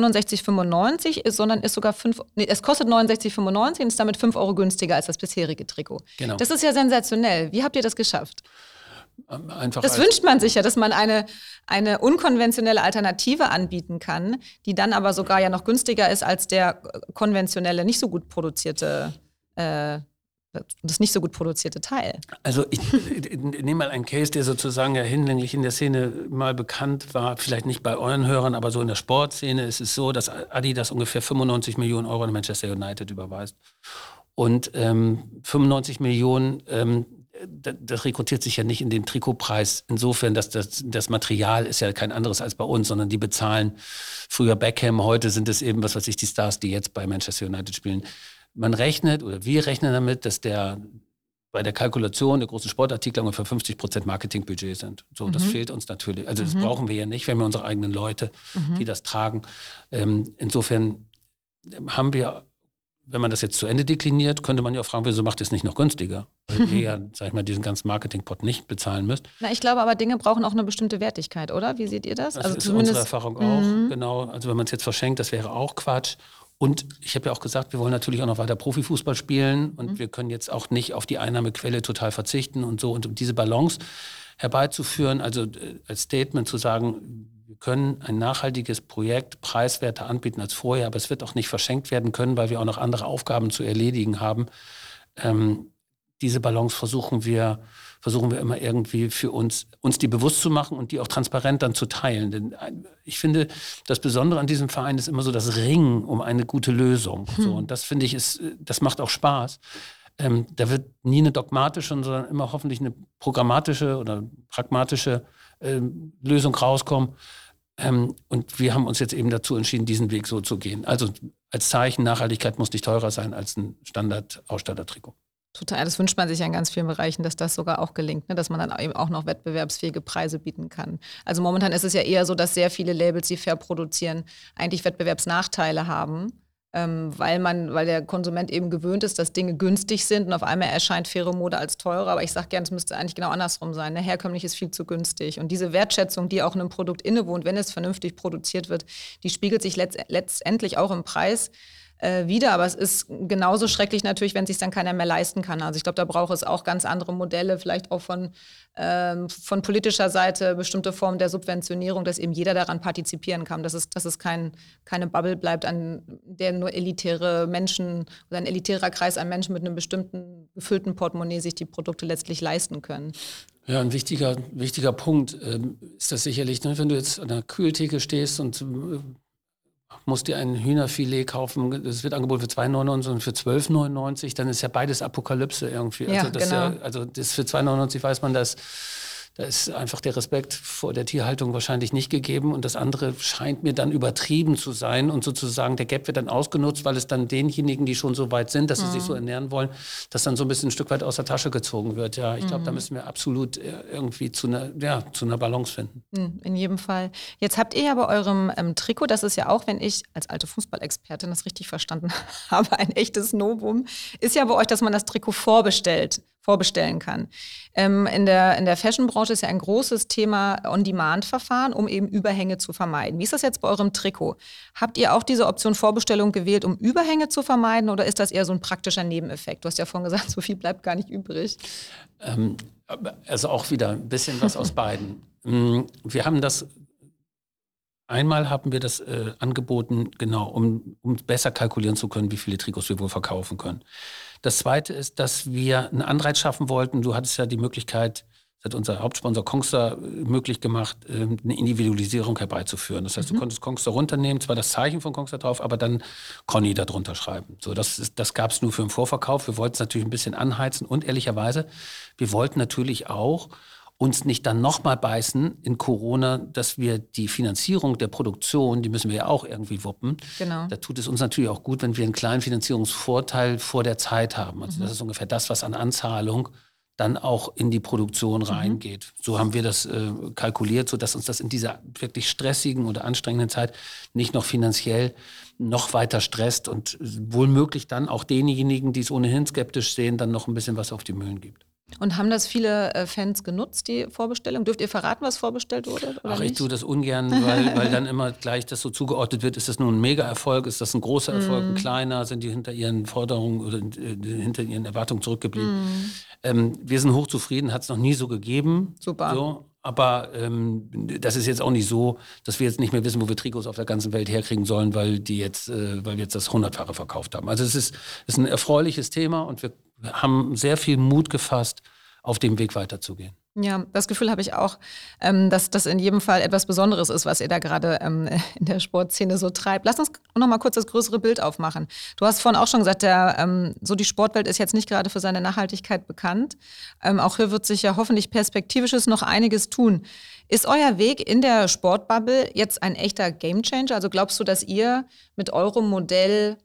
Speaker 1: 69,95, sondern ist sogar es kostet 69,95 und ist damit 5 Euro günstiger als das bisherige Trikot.
Speaker 2: Genau.
Speaker 1: Das ist ja sensationell. Wie habt ihr das geschafft?
Speaker 2: Einfach
Speaker 1: das wünscht man sich ja, dass man eine unkonventionelle Alternative anbieten kann, die dann aber sogar ja noch günstiger ist als der konventionelle, nicht so gut produzierte das nicht so gut produzierte Teil.
Speaker 2: Also ich nehme mal einen Case, der sozusagen ja hinlänglich in der Szene mal bekannt war, vielleicht nicht bei euren Hörern, aber so in der Sportszene ist es so, dass Adidas ungefähr 95 Millionen Euro an Manchester United überweist. Und 95 Millionen, das rekrutiert sich ja nicht in den Trikotpreis. Insofern, dass das Material ist ja kein anderes als bei uns, sondern die bezahlen früher Beckham, heute sind es eben, was weiß ich, die Stars, die jetzt bei Manchester United spielen. Man rechnet, oder wir rechnen damit, dass bei der Kalkulation der großen Sportartikel ungefähr 50% Marketingbudget sind. So, das fehlt uns natürlich. Also das brauchen wir ja nicht. Wir haben ja unsere eigenen Leute, die das tragen. Insofern haben wir wenn man das jetzt zu Ende dekliniert, könnte man ja auch fragen, wieso macht ihr es nicht noch günstiger? Weil ihr ja, sag ich mal, diesen ganzen Marketingpot nicht bezahlen müsst.
Speaker 1: Na, ich glaube aber, Dinge brauchen auch eine bestimmte Wertigkeit, oder? Wie seht ihr das?
Speaker 2: Das ist unsere Erfahrung auch, genau. Also wenn man es jetzt verschenkt, das wäre auch Quatsch. Und ich habe ja auch gesagt, wir wollen natürlich auch noch weiter Profifußball spielen und wir können jetzt auch nicht auf die Einnahmequelle total verzichten und so. Und um diese Balance herbeizuführen, also als Statement zu sagen, wir können ein nachhaltiges Projekt preiswerter anbieten als vorher, aber es wird auch nicht verschenkt werden können, weil wir auch noch andere Aufgaben zu erledigen haben. Diese Balance versuchen wir immer irgendwie für uns die bewusst zu machen und die auch transparent dann zu teilen. Denn ich finde, das Besondere an diesem Verein ist immer so das Ringen um eine gute Lösung. So, und das finde ich das macht auch Spaß. Da wird nie eine dogmatische, sondern immer hoffentlich eine programmatische oder pragmatische Lösung rauskommen. Und wir haben uns jetzt eben dazu entschieden, diesen Weg so zu gehen. Also als Zeichen, Nachhaltigkeit muss nicht teurer sein als ein Standard-Ausstattertrikot.
Speaker 1: Total, das wünscht man sich ja in ganz vielen Bereichen, dass das sogar auch gelingt, ne? Dass man dann eben auch noch wettbewerbsfähige Preise bieten kann. Also momentan ist es ja eher so, dass sehr viele Labels, die fair produzieren, eigentlich Wettbewerbsnachteile haben, weil der Konsument eben gewöhnt ist, dass Dinge günstig sind und auf einmal erscheint faire Mode als teurer. Aber ich sage gerne, es müsste eigentlich genau andersrum sein. Ne? Herkömmlich ist viel zu günstig. Und diese Wertschätzung, die auch einem Produkt innewohnt, wenn es vernünftig produziert wird, die spiegelt sich letztendlich auch im Preis wieder, aber es ist genauso schrecklich natürlich, wenn es sich dann keiner mehr leisten kann. Also ich glaube, da braucht es auch ganz andere Modelle, vielleicht auch von politischer Seite bestimmte Formen der Subventionierung, dass eben jeder daran partizipieren kann, dass es keine Bubble bleibt, an der nur elitäre Menschen oder ein elitärer Kreis an Menschen mit einem bestimmten gefüllten Portemonnaie sich die Produkte letztlich leisten können.
Speaker 2: Ja, ein wichtiger Punkt ist das sicherlich, ne, wenn du jetzt an der Kühltheke stehst und musst dir ein Hühnerfilet kaufen, das wird angeboten für 2,99 und für 12,99, dann ist ja beides Apokalypse irgendwie.
Speaker 1: Ja, genau.
Speaker 2: Also das für 2,99 weiß man, dass da ist einfach der Respekt vor der Tierhaltung wahrscheinlich nicht gegeben und das andere scheint mir dann übertrieben zu sein und sozusagen der Gap wird dann ausgenutzt, weil es dann denjenigen, die schon so weit sind, dass sie sich so ernähren wollen, dass dann so ein bisschen ein Stück weit aus der Tasche gezogen wird. Ja, ich glaube, da müssen wir absolut irgendwie zu einer Balance finden.
Speaker 1: In jedem Fall. Jetzt habt ihr ja bei eurem Trikot, das ist ja auch, wenn ich als alte Fußballexpertin das richtig verstanden habe, ein echtes Novum, ist ja bei euch, dass man das Trikot vorbestellen kann. In der Fashion-Branche ist ja ein großes Thema On-Demand-Verfahren, um eben Überhänge zu vermeiden. Wie ist das jetzt bei eurem Trikot? Habt ihr auch diese Option Vorbestellung gewählt, um Überhänge zu vermeiden oder ist das eher so ein praktischer Nebeneffekt? Du hast ja vorhin gesagt, so viel bleibt gar nicht übrig.
Speaker 2: Also auch wieder ein bisschen was aus beiden. Einmal haben wir das angeboten, genau, um besser kalkulieren zu können, wie viele Trikots wir wohl verkaufen können. Das Zweite ist, dass wir einen Anreiz schaffen wollten. Du hattest ja die Möglichkeit, das hat unser Hauptsponsor Kongstar möglich gemacht, eine Individualisierung herbeizuführen. Das heißt, du konntest Kongstar runternehmen, zwar das Zeichen von Kongstar drauf, aber dann Conny da drunter schreiben. So, das gab es nur für den Vorverkauf. Wir wollten es natürlich ein bisschen anheizen und ehrlicherweise, wir wollten natürlich auch uns nicht dann nochmal beißen in Corona, dass wir die Finanzierung der Produktion, die müssen wir ja auch irgendwie wuppen.
Speaker 1: Genau.
Speaker 2: Da tut es uns natürlich auch gut, wenn wir einen kleinen Finanzierungsvorteil vor der Zeit haben. Also das ist ungefähr das, was an Anzahlung dann auch in die Produktion reingeht. So haben wir das kalkuliert, sodass uns das in dieser wirklich stressigen oder anstrengenden Zeit nicht noch finanziell noch weiter stresst und wohlmöglich dann auch denjenigen, die es ohnehin skeptisch sehen, dann noch ein bisschen was auf die Mühlen gibt.
Speaker 1: Und haben das viele Fans genutzt, die Vorbestellung? Dürft ihr verraten, was vorbestellt wurde? Oder
Speaker 2: ich tue das ungern, weil dann immer gleich das so zugeordnet wird. Ist das nun ein Mega-Erfolg? Ist das ein großer Erfolg? Ein kleiner? Sind die hinter ihren Forderungen oder hinter ihren Erwartungen zurückgeblieben? Wir sind hochzufrieden, hat es noch nie so gegeben.
Speaker 1: Super.
Speaker 2: So. Aber das ist jetzt auch nicht so, dass wir jetzt nicht mehr wissen, wo wir Trikots auf der ganzen Welt herkriegen sollen, weil wir jetzt das 100-fache verkauft haben. Also es ist ein erfreuliches Thema und wir haben sehr viel Mut gefasst, auf dem Weg weiterzugehen.
Speaker 1: Ja, das Gefühl habe ich auch, dass das in jedem Fall etwas Besonderes ist, was ihr da gerade in der Sportszene so treibt. Lass uns noch mal kurz das größere Bild aufmachen. Du hast vorhin auch schon gesagt, so die Sportwelt ist jetzt nicht gerade für seine Nachhaltigkeit bekannt. Auch hier wird sich ja hoffentlich perspektivisches noch einiges tun. Ist euer Weg in der Sportbubble jetzt ein echter Gamechanger? Also glaubst du, dass ihr mit eurem Modell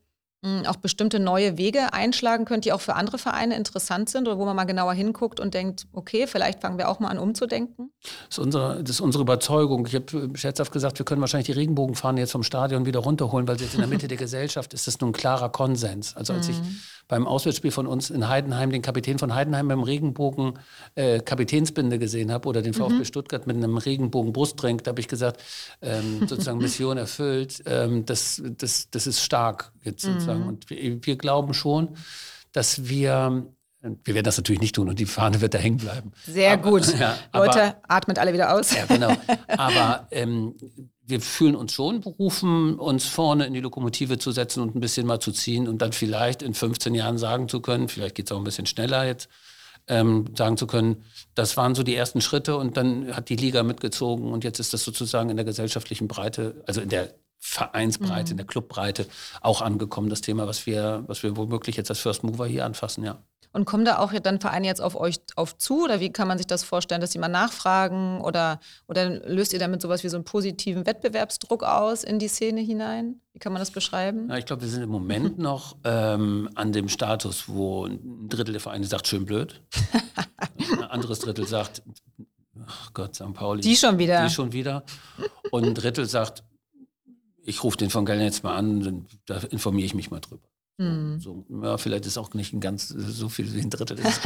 Speaker 1: auch bestimmte neue Wege einschlagen könnt, die auch für andere Vereine interessant sind oder wo man mal genauer hinguckt und denkt, okay, vielleicht fangen wir auch mal an umzudenken?
Speaker 2: Das ist unsere Überzeugung. Ich habe scherzhaft gesagt, wir können wahrscheinlich die Regenbogenfahne jetzt vom Stadion wieder runterholen, weil sie jetzt in der Mitte der Gesellschaft ist. Das ist nun ein klarer Konsens. Also als ich beim Auswärtsspiel von uns in Heidenheim den Kapitän von Heidenheim mit dem Regenbogen Kapitänsbinde gesehen habe oder den VfB Stuttgart mit einem Regenbogen Brustring, da habe ich gesagt, sozusagen Mission erfüllt. Das ist stark jetzt sozusagen. Und wir glauben schon, dass wir werden das natürlich nicht tun und die Fahne wird da hängen bleiben.
Speaker 1: Sehr gut. Ja, Leute, atmet alle wieder aus.
Speaker 2: Ja, genau. Aber wir fühlen uns schon berufen, uns vorne in die Lokomotive zu setzen und ein bisschen mal zu ziehen und dann vielleicht in 15 Jahren sagen zu können, vielleicht geht es auch ein bisschen schneller jetzt, sagen zu können, das waren so die ersten Schritte und dann hat die Liga mitgezogen und jetzt ist das sozusagen in der gesellschaftlichen Breite, also in der Vereinsbreite, in der Clubbreite auch angekommen, das Thema, was wir womöglich jetzt als First Mover hier anfassen, ja.
Speaker 1: Und kommen da auch dann Vereine jetzt auf euch zu oder wie kann man sich das vorstellen, dass sie mal nachfragen oder löst ihr damit sowas wie so einen positiven Wettbewerbsdruck aus in die Szene hinein? Wie kann man das beschreiben?
Speaker 2: Ja, ich glaube, wir sind im Moment noch an dem Status, wo ein Drittel der Vereine sagt, schön blöd. Ein anderes Drittel sagt, ach Gott, St. Pauli.
Speaker 1: Die schon
Speaker 2: wieder. Und ein Drittel sagt, ich rufe den von Gellen jetzt mal an, da informiere ich mich mal drüber. So, ja, vielleicht ist auch nicht ein ganz so viel wie ein Drittel. Ist,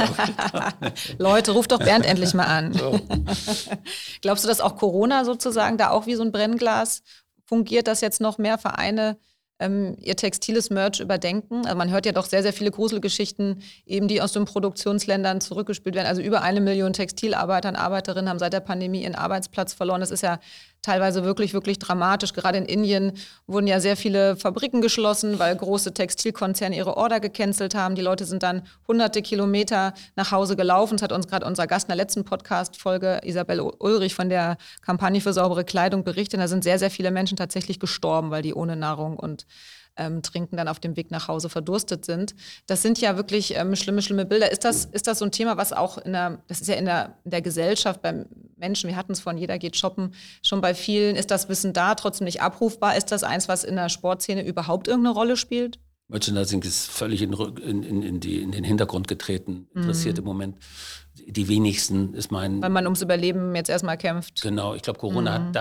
Speaker 1: Leute, ruft doch Bernd endlich mal an.
Speaker 2: So.
Speaker 1: Glaubst du, dass auch Corona sozusagen da auch wie so ein Brennglas fungiert, dass jetzt noch mehr Vereine ihr textiles Merch überdenken? Also man hört ja doch sehr, sehr viele Gruselgeschichten, eben die aus den Produktionsländern zurückgespielt werden. Also über 1 Million Textilarbeiter und Arbeiterinnen haben seit der Pandemie ihren Arbeitsplatz verloren. Das ist ja teilweise wirklich, wirklich dramatisch. Gerade in Indien wurden ja sehr viele Fabriken geschlossen, weil große Textilkonzerne ihre Order gecancelt haben. Die Leute sind dann hunderte Kilometer nach Hause gelaufen. Das hat uns gerade unser Gast in der letzten Podcast-Folge, Isabelle Ulrich von der Kampagne für saubere Kleidung, berichtet. Da sind sehr, sehr viele Menschen tatsächlich gestorben, weil die ohne Nahrung und Trinken dann auf dem Weg nach Hause verdurstet sind. Das sind ja wirklich schlimme Bilder. Ist das so ein Thema, was auch das ist ja in der Gesellschaft, beim Menschen, wir hatten es von jeder geht shoppen, schon bei vielen, ist das Wissen da, trotzdem nicht abrufbar? Ist das eins, was in der Sportszene überhaupt irgendeine Rolle spielt?
Speaker 2: Merchandising ist völlig in den Hintergrund getreten, interessiert im Moment die wenigsten, ist mein...
Speaker 1: Weil man ums Überleben jetzt erstmal kämpft.
Speaker 2: Genau, ich glaube, Corona hat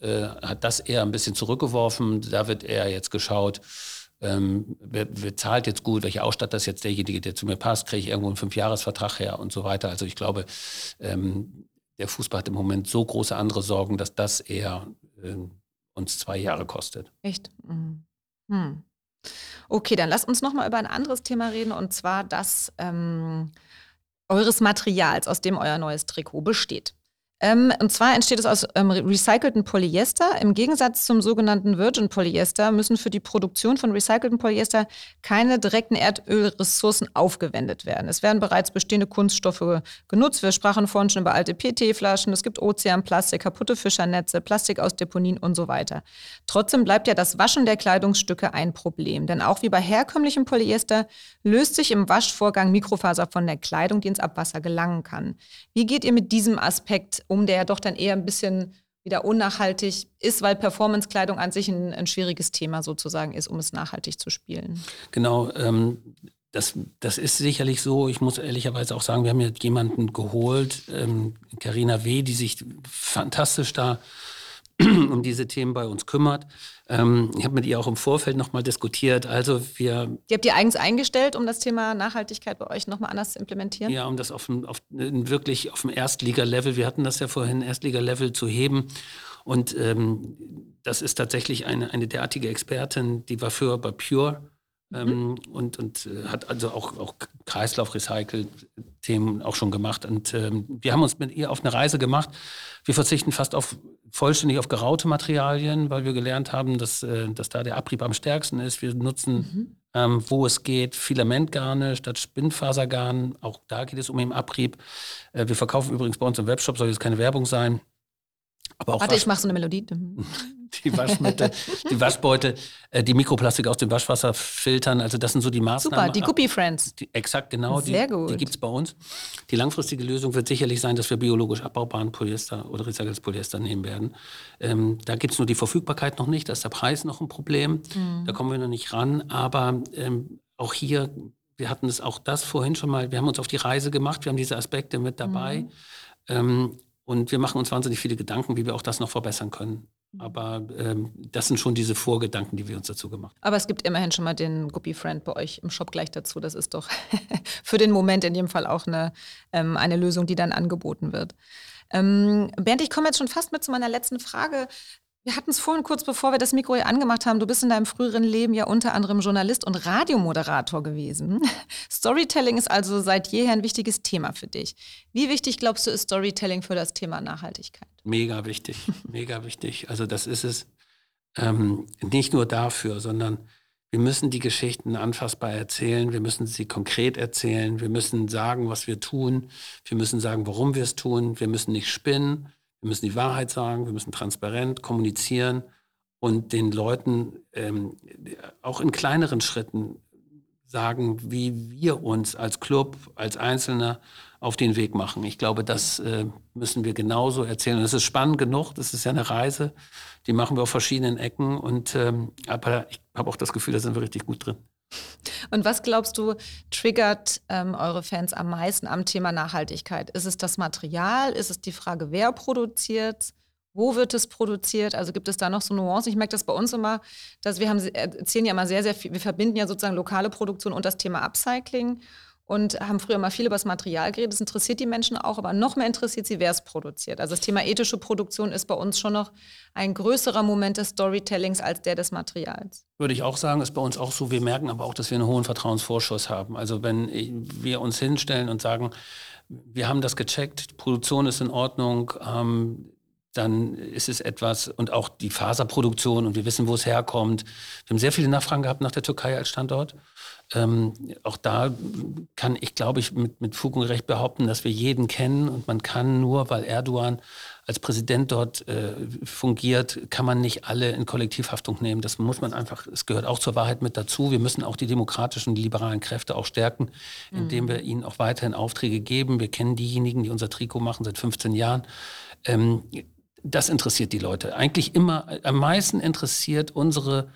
Speaker 2: das eher ein bisschen zurückgeworfen. Da wird eher jetzt geschaut, wer zahlt jetzt gut, welcher Ausstatter ist jetzt derjenige, der zu mir passt, kriege ich irgendwo einen 5-Jahres-Vertrag her und so weiter. Also ich glaube, der Fußball hat im Moment so große andere Sorgen, dass das eher uns 2 Jahre kostet.
Speaker 1: Echt? Okay, dann lasst uns noch mal über ein anderes Thema reden, und zwar das eures Materials, aus dem euer neues Trikot besteht. Und zwar entsteht es aus recyceltem Polyester. Im Gegensatz zum sogenannten Virgin Polyester müssen für die Produktion von recyceltem Polyester keine direkten Erdölressourcen aufgewendet werden. Es werden bereits bestehende Kunststoffe genutzt. Wir sprachen vorhin schon über alte PET-Flaschen. Es gibt Ozeanplastik, kaputte Fischernetze, Plastik aus Deponien und so weiter. Trotzdem bleibt ja das Waschen der Kleidungsstücke ein Problem. Denn auch wie bei herkömmlichem Polyester löst sich im Waschvorgang Mikrofaser von der Kleidung, die ins Abwasser gelangen kann. Wie geht ihr mit diesem Aspekt der ja doch dann eher ein bisschen wieder unnachhaltig ist, weil Performance-Kleidung an sich ein schwieriges Thema sozusagen ist, um es nachhaltig zu spielen?
Speaker 2: Genau, das ist sicherlich so. Ich muss ehrlicherweise auch sagen, wir haben jetzt jemanden geholt, Carina W., die sich fantastisch da um diese Themen bei uns kümmert. Ich habe mit ihr auch im Vorfeld nochmal diskutiert. Also die
Speaker 1: habt ihr eigens eingestellt, um das Thema Nachhaltigkeit bei euch nochmal anders zu implementieren?
Speaker 2: Ja, um das wirklich auf dem Erstliga-Level, wir hatten das ja vorhin, Erstliga-Level zu heben. Und das ist tatsächlich eine derartige Expertin, die war früher bei Pure und hat also auch Kreislauf-Recycle-Themen auch schon gemacht. Und wir haben uns mit ihr auf eine Reise gemacht. Wir verzichten fast vollständig auf geraute Materialien, weil wir gelernt haben, dass da der Abrieb am stärksten ist. Wir nutzen, wo es geht, Filamentgarne statt Spinnfasergarn. Auch da geht es um den Abrieb. Wir verkaufen übrigens bei uns im Webshop, soll jetzt keine Werbung sein. Aber auch
Speaker 1: Warte, ich mache so eine Melodie.
Speaker 2: die Waschmittel, die Waschbeutel, die Mikroplastik aus dem Waschwasser filtern. Also das sind so die Maßnahmen.
Speaker 1: Super, die Guppy Friends.
Speaker 2: Exakt, genau.
Speaker 1: Sehr gut.
Speaker 2: Die gibt es bei uns. Die langfristige Lösung wird sicherlich sein, dass wir biologisch abbaubaren Polyester oder recyceltes Polyester nehmen werden. Da gibt es nur die Verfügbarkeit noch nicht. Da ist der Preis noch ein Problem. Da kommen wir noch nicht ran. Aber auch hier, wir hatten es auch das vorhin schon mal, wir haben uns auf die Reise gemacht, wir haben diese Aspekte mit dabei. Und wir machen uns wahnsinnig viele Gedanken, wie wir auch das noch verbessern können. Aber das sind schon diese Vorgedanken, die wir uns dazu gemacht haben.
Speaker 1: Aber es gibt immerhin schon mal den Guppy Friend bei euch im Shop gleich dazu. Das ist doch für den Moment in jedem Fall auch eine Lösung, die dann angeboten wird. Bernd, ich komme jetzt schon fast mit zu meiner letzten Frage. Wir hatten es vorhin kurz, bevor wir das Mikro hier angemacht haben. Du bist in deinem früheren Leben ja unter anderem Journalist und Radiomoderator gewesen. Storytelling ist also seit jeher ein wichtiges Thema für dich. Wie wichtig, glaubst du, ist Storytelling für das Thema Nachhaltigkeit?
Speaker 2: Mega wichtig, mega wichtig. Also das ist es nicht nur dafür, sondern wir müssen die Geschichten anfassbar erzählen. Wir müssen sie konkret erzählen. Wir müssen sagen, was wir tun. Wir müssen sagen, warum wir es tun. Wir müssen nicht spinnen. Wir müssen die Wahrheit sagen, wir müssen transparent kommunizieren und den Leuten auch in kleineren Schritten sagen, wie wir uns als Club, als Einzelner auf den Weg machen. Ich glaube, das müssen wir genauso erzählen. Und es ist spannend genug, das ist ja eine Reise, die machen wir auf verschiedenen Ecken. Aber ich habe auch das Gefühl, da sind wir richtig gut drin.
Speaker 1: Und was glaubst du, triggert eure Fans am meisten am Thema Nachhaltigkeit? Ist es das Material? Ist es die Frage, wer produziert? Wo wird es produziert? Also gibt es da noch so Nuancen? Ich merke das bei uns immer, dass wir erzählen ja immer sehr, sehr viel, wir verbinden ja sozusagen lokale Produktion und das Thema Upcycling und haben früher mal viel über das Material geredet. Das interessiert die Menschen auch, aber noch mehr interessiert sie, wer es produziert. Also das Thema ethische Produktion ist bei uns schon noch ein größerer Moment des Storytellings als der des Materials.
Speaker 2: Würde ich auch sagen, ist bei uns auch so. Wir merken aber auch, dass wir einen hohen Vertrauensvorschuss haben. Also wenn wir uns hinstellen und sagen, wir haben das gecheckt, die Produktion ist in Ordnung, dann ist es etwas, und auch die Faserproduktion und wir wissen, wo es herkommt. Wir haben sehr viele Nachfragen gehabt nach der Türkei als Standort. Auch da kann ich, glaube ich, mit Fug und Recht behaupten, dass wir jeden kennen und man kann nur, weil Erdogan als Präsident dort fungiert, kann man nicht alle in Kollektivhaftung nehmen. Das muss man einfach, es gehört auch zur Wahrheit mit dazu. Wir müssen auch die demokratischen, die liberalen Kräfte auch stärken, indem wir ihnen auch weiterhin Aufträge geben. Wir kennen diejenigen, die unser Trikot machen seit 15 Jahren. Das interessiert die Leute. Eigentlich immer am meisten interessiert unsere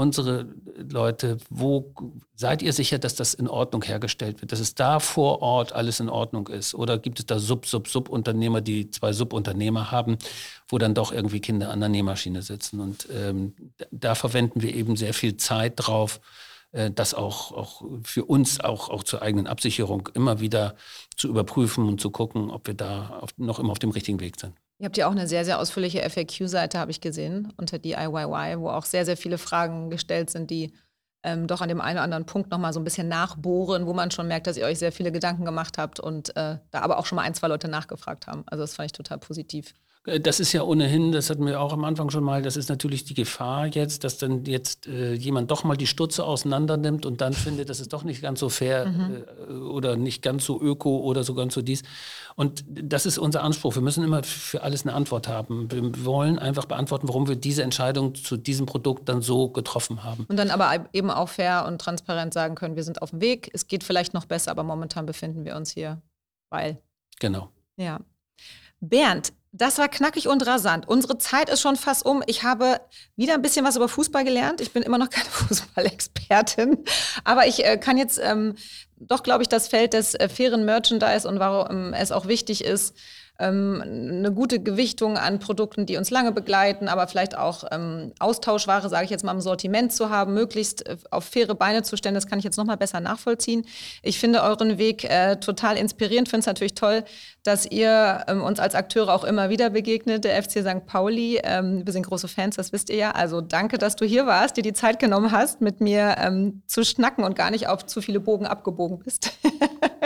Speaker 2: Leute, wo seid ihr sicher, dass das in Ordnung hergestellt wird, dass es da vor Ort alles in Ordnung ist? Oder gibt es da Subunternehmer, die 2 Subunternehmer haben, wo dann doch irgendwie Kinder an der Nähmaschine sitzen? Und da verwenden wir eben sehr viel Zeit drauf, das auch für uns, auch zur eigenen Absicherung immer wieder zu überprüfen und zu gucken, ob wir da noch immer auf dem richtigen Weg sind.
Speaker 1: Ihr habt ja auch eine sehr, sehr ausführliche FAQ-Seite, habe ich gesehen, unter DIYY, wo auch sehr, sehr viele Fragen gestellt sind, die doch an dem einen oder anderen Punkt nochmal so ein bisschen nachbohren, wo man schon merkt, dass ihr euch sehr viele Gedanken gemacht habt und da aber auch schon mal 1, 2 Leute nachgefragt haben. Also das fand ich total positiv.
Speaker 2: Das ist ja ohnehin, das hatten wir auch am Anfang schon mal, das ist natürlich die Gefahr jetzt, dass dann jetzt jemand doch mal die Stutze auseinander nimmt und dann findet, das ist doch nicht ganz so fair oder nicht ganz so öko oder so ganz so dies. Und das ist unser Anspruch. Wir müssen immer für alles eine Antwort haben. Wir wollen einfach beantworten, warum wir diese Entscheidung zu diesem Produkt dann so getroffen haben.
Speaker 1: Und dann aber eben auch fair und transparent sagen können, wir sind auf dem Weg, es geht vielleicht noch besser, aber momentan befinden wir uns hier, weil.
Speaker 2: Genau.
Speaker 1: Ja. Bernd, das war knackig und rasant. Unsere Zeit ist schon fast um. Ich habe wieder ein bisschen was über Fußball gelernt. Ich bin immer noch keine Fußballexpertin. Aber ich kann jetzt doch, glaube ich, das Feld des fairen Merchandise und warum es auch wichtig ist, eine gute Gewichtung an Produkten, die uns lange begleiten, aber vielleicht auch Austauschware, sage ich jetzt mal, im Sortiment zu haben, möglichst auf faire Beine zu stellen. Das kann ich jetzt noch mal besser nachvollziehen. Ich finde euren Weg total inspirierend. Finde es natürlich toll, dass ihr uns als Akteure auch immer wieder begegnet, der FC St. Pauli. Wir sind große Fans, das wisst ihr ja. Also danke, dass du hier warst, dir die Zeit genommen hast, mit mir zu schnacken und gar nicht auf zu viele Bogen abgebogen bist.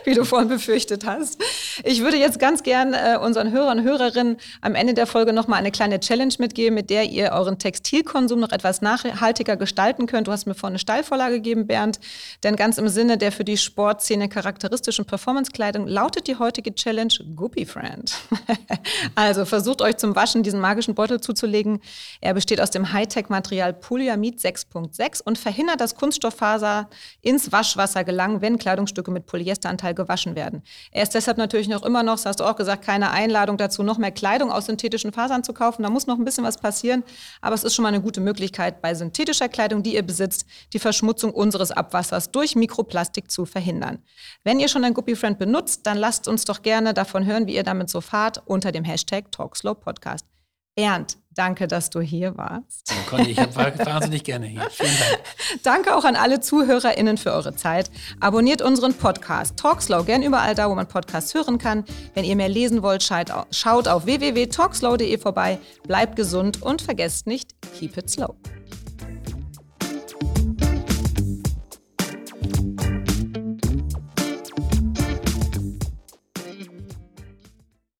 Speaker 1: wie du vorhin befürchtet hast. Ich würde jetzt ganz gern unseren Hörern und Hörerinnen am Ende der Folge nochmal eine kleine Challenge mitgeben, mit der ihr euren Textilkonsum noch etwas nachhaltiger gestalten könnt. Du hast mir vorhin eine Steilvorlage gegeben, Bernd, denn ganz im Sinne der für die Sportszene charakteristischen Performance-Kleidung lautet die heutige Challenge Guppy Friend. Also versucht euch zum Waschen diesen magischen Beutel zuzulegen. Er besteht aus dem Hightech-Material Polyamid 6.6 und verhindert, dass Kunststofffaser ins Waschwasser gelangen, wenn Kleidungsstücke mit Polyesteranteil gewaschen werden. Er ist deshalb natürlich noch immer noch, das hast du auch gesagt, keine Einladung dazu, noch mehr Kleidung aus synthetischen Fasern zu kaufen. Da muss noch ein bisschen was passieren, aber es ist schon mal eine gute Möglichkeit, bei synthetischer Kleidung, die ihr besitzt, die Verschmutzung unseres Abwassers durch Mikroplastik zu verhindern. Wenn ihr schon ein Guppy Friend benutzt, dann lasst uns doch gerne davon hören, wie ihr damit so fahrt, unter dem Hashtag TalkSlowPodcast. Bernd, danke, dass du hier warst.
Speaker 2: Ja, Conny, ich war wahnsinnig gerne hier. Vielen Dank.
Speaker 1: Danke auch an alle ZuhörerInnen für eure Zeit. Abonniert unseren Podcast TalkSlow gern überall da, wo man Podcasts hören kann. Wenn ihr mehr lesen wollt, schaut auf www.talkslow.de vorbei. Bleibt gesund und vergesst nicht, keep it slow.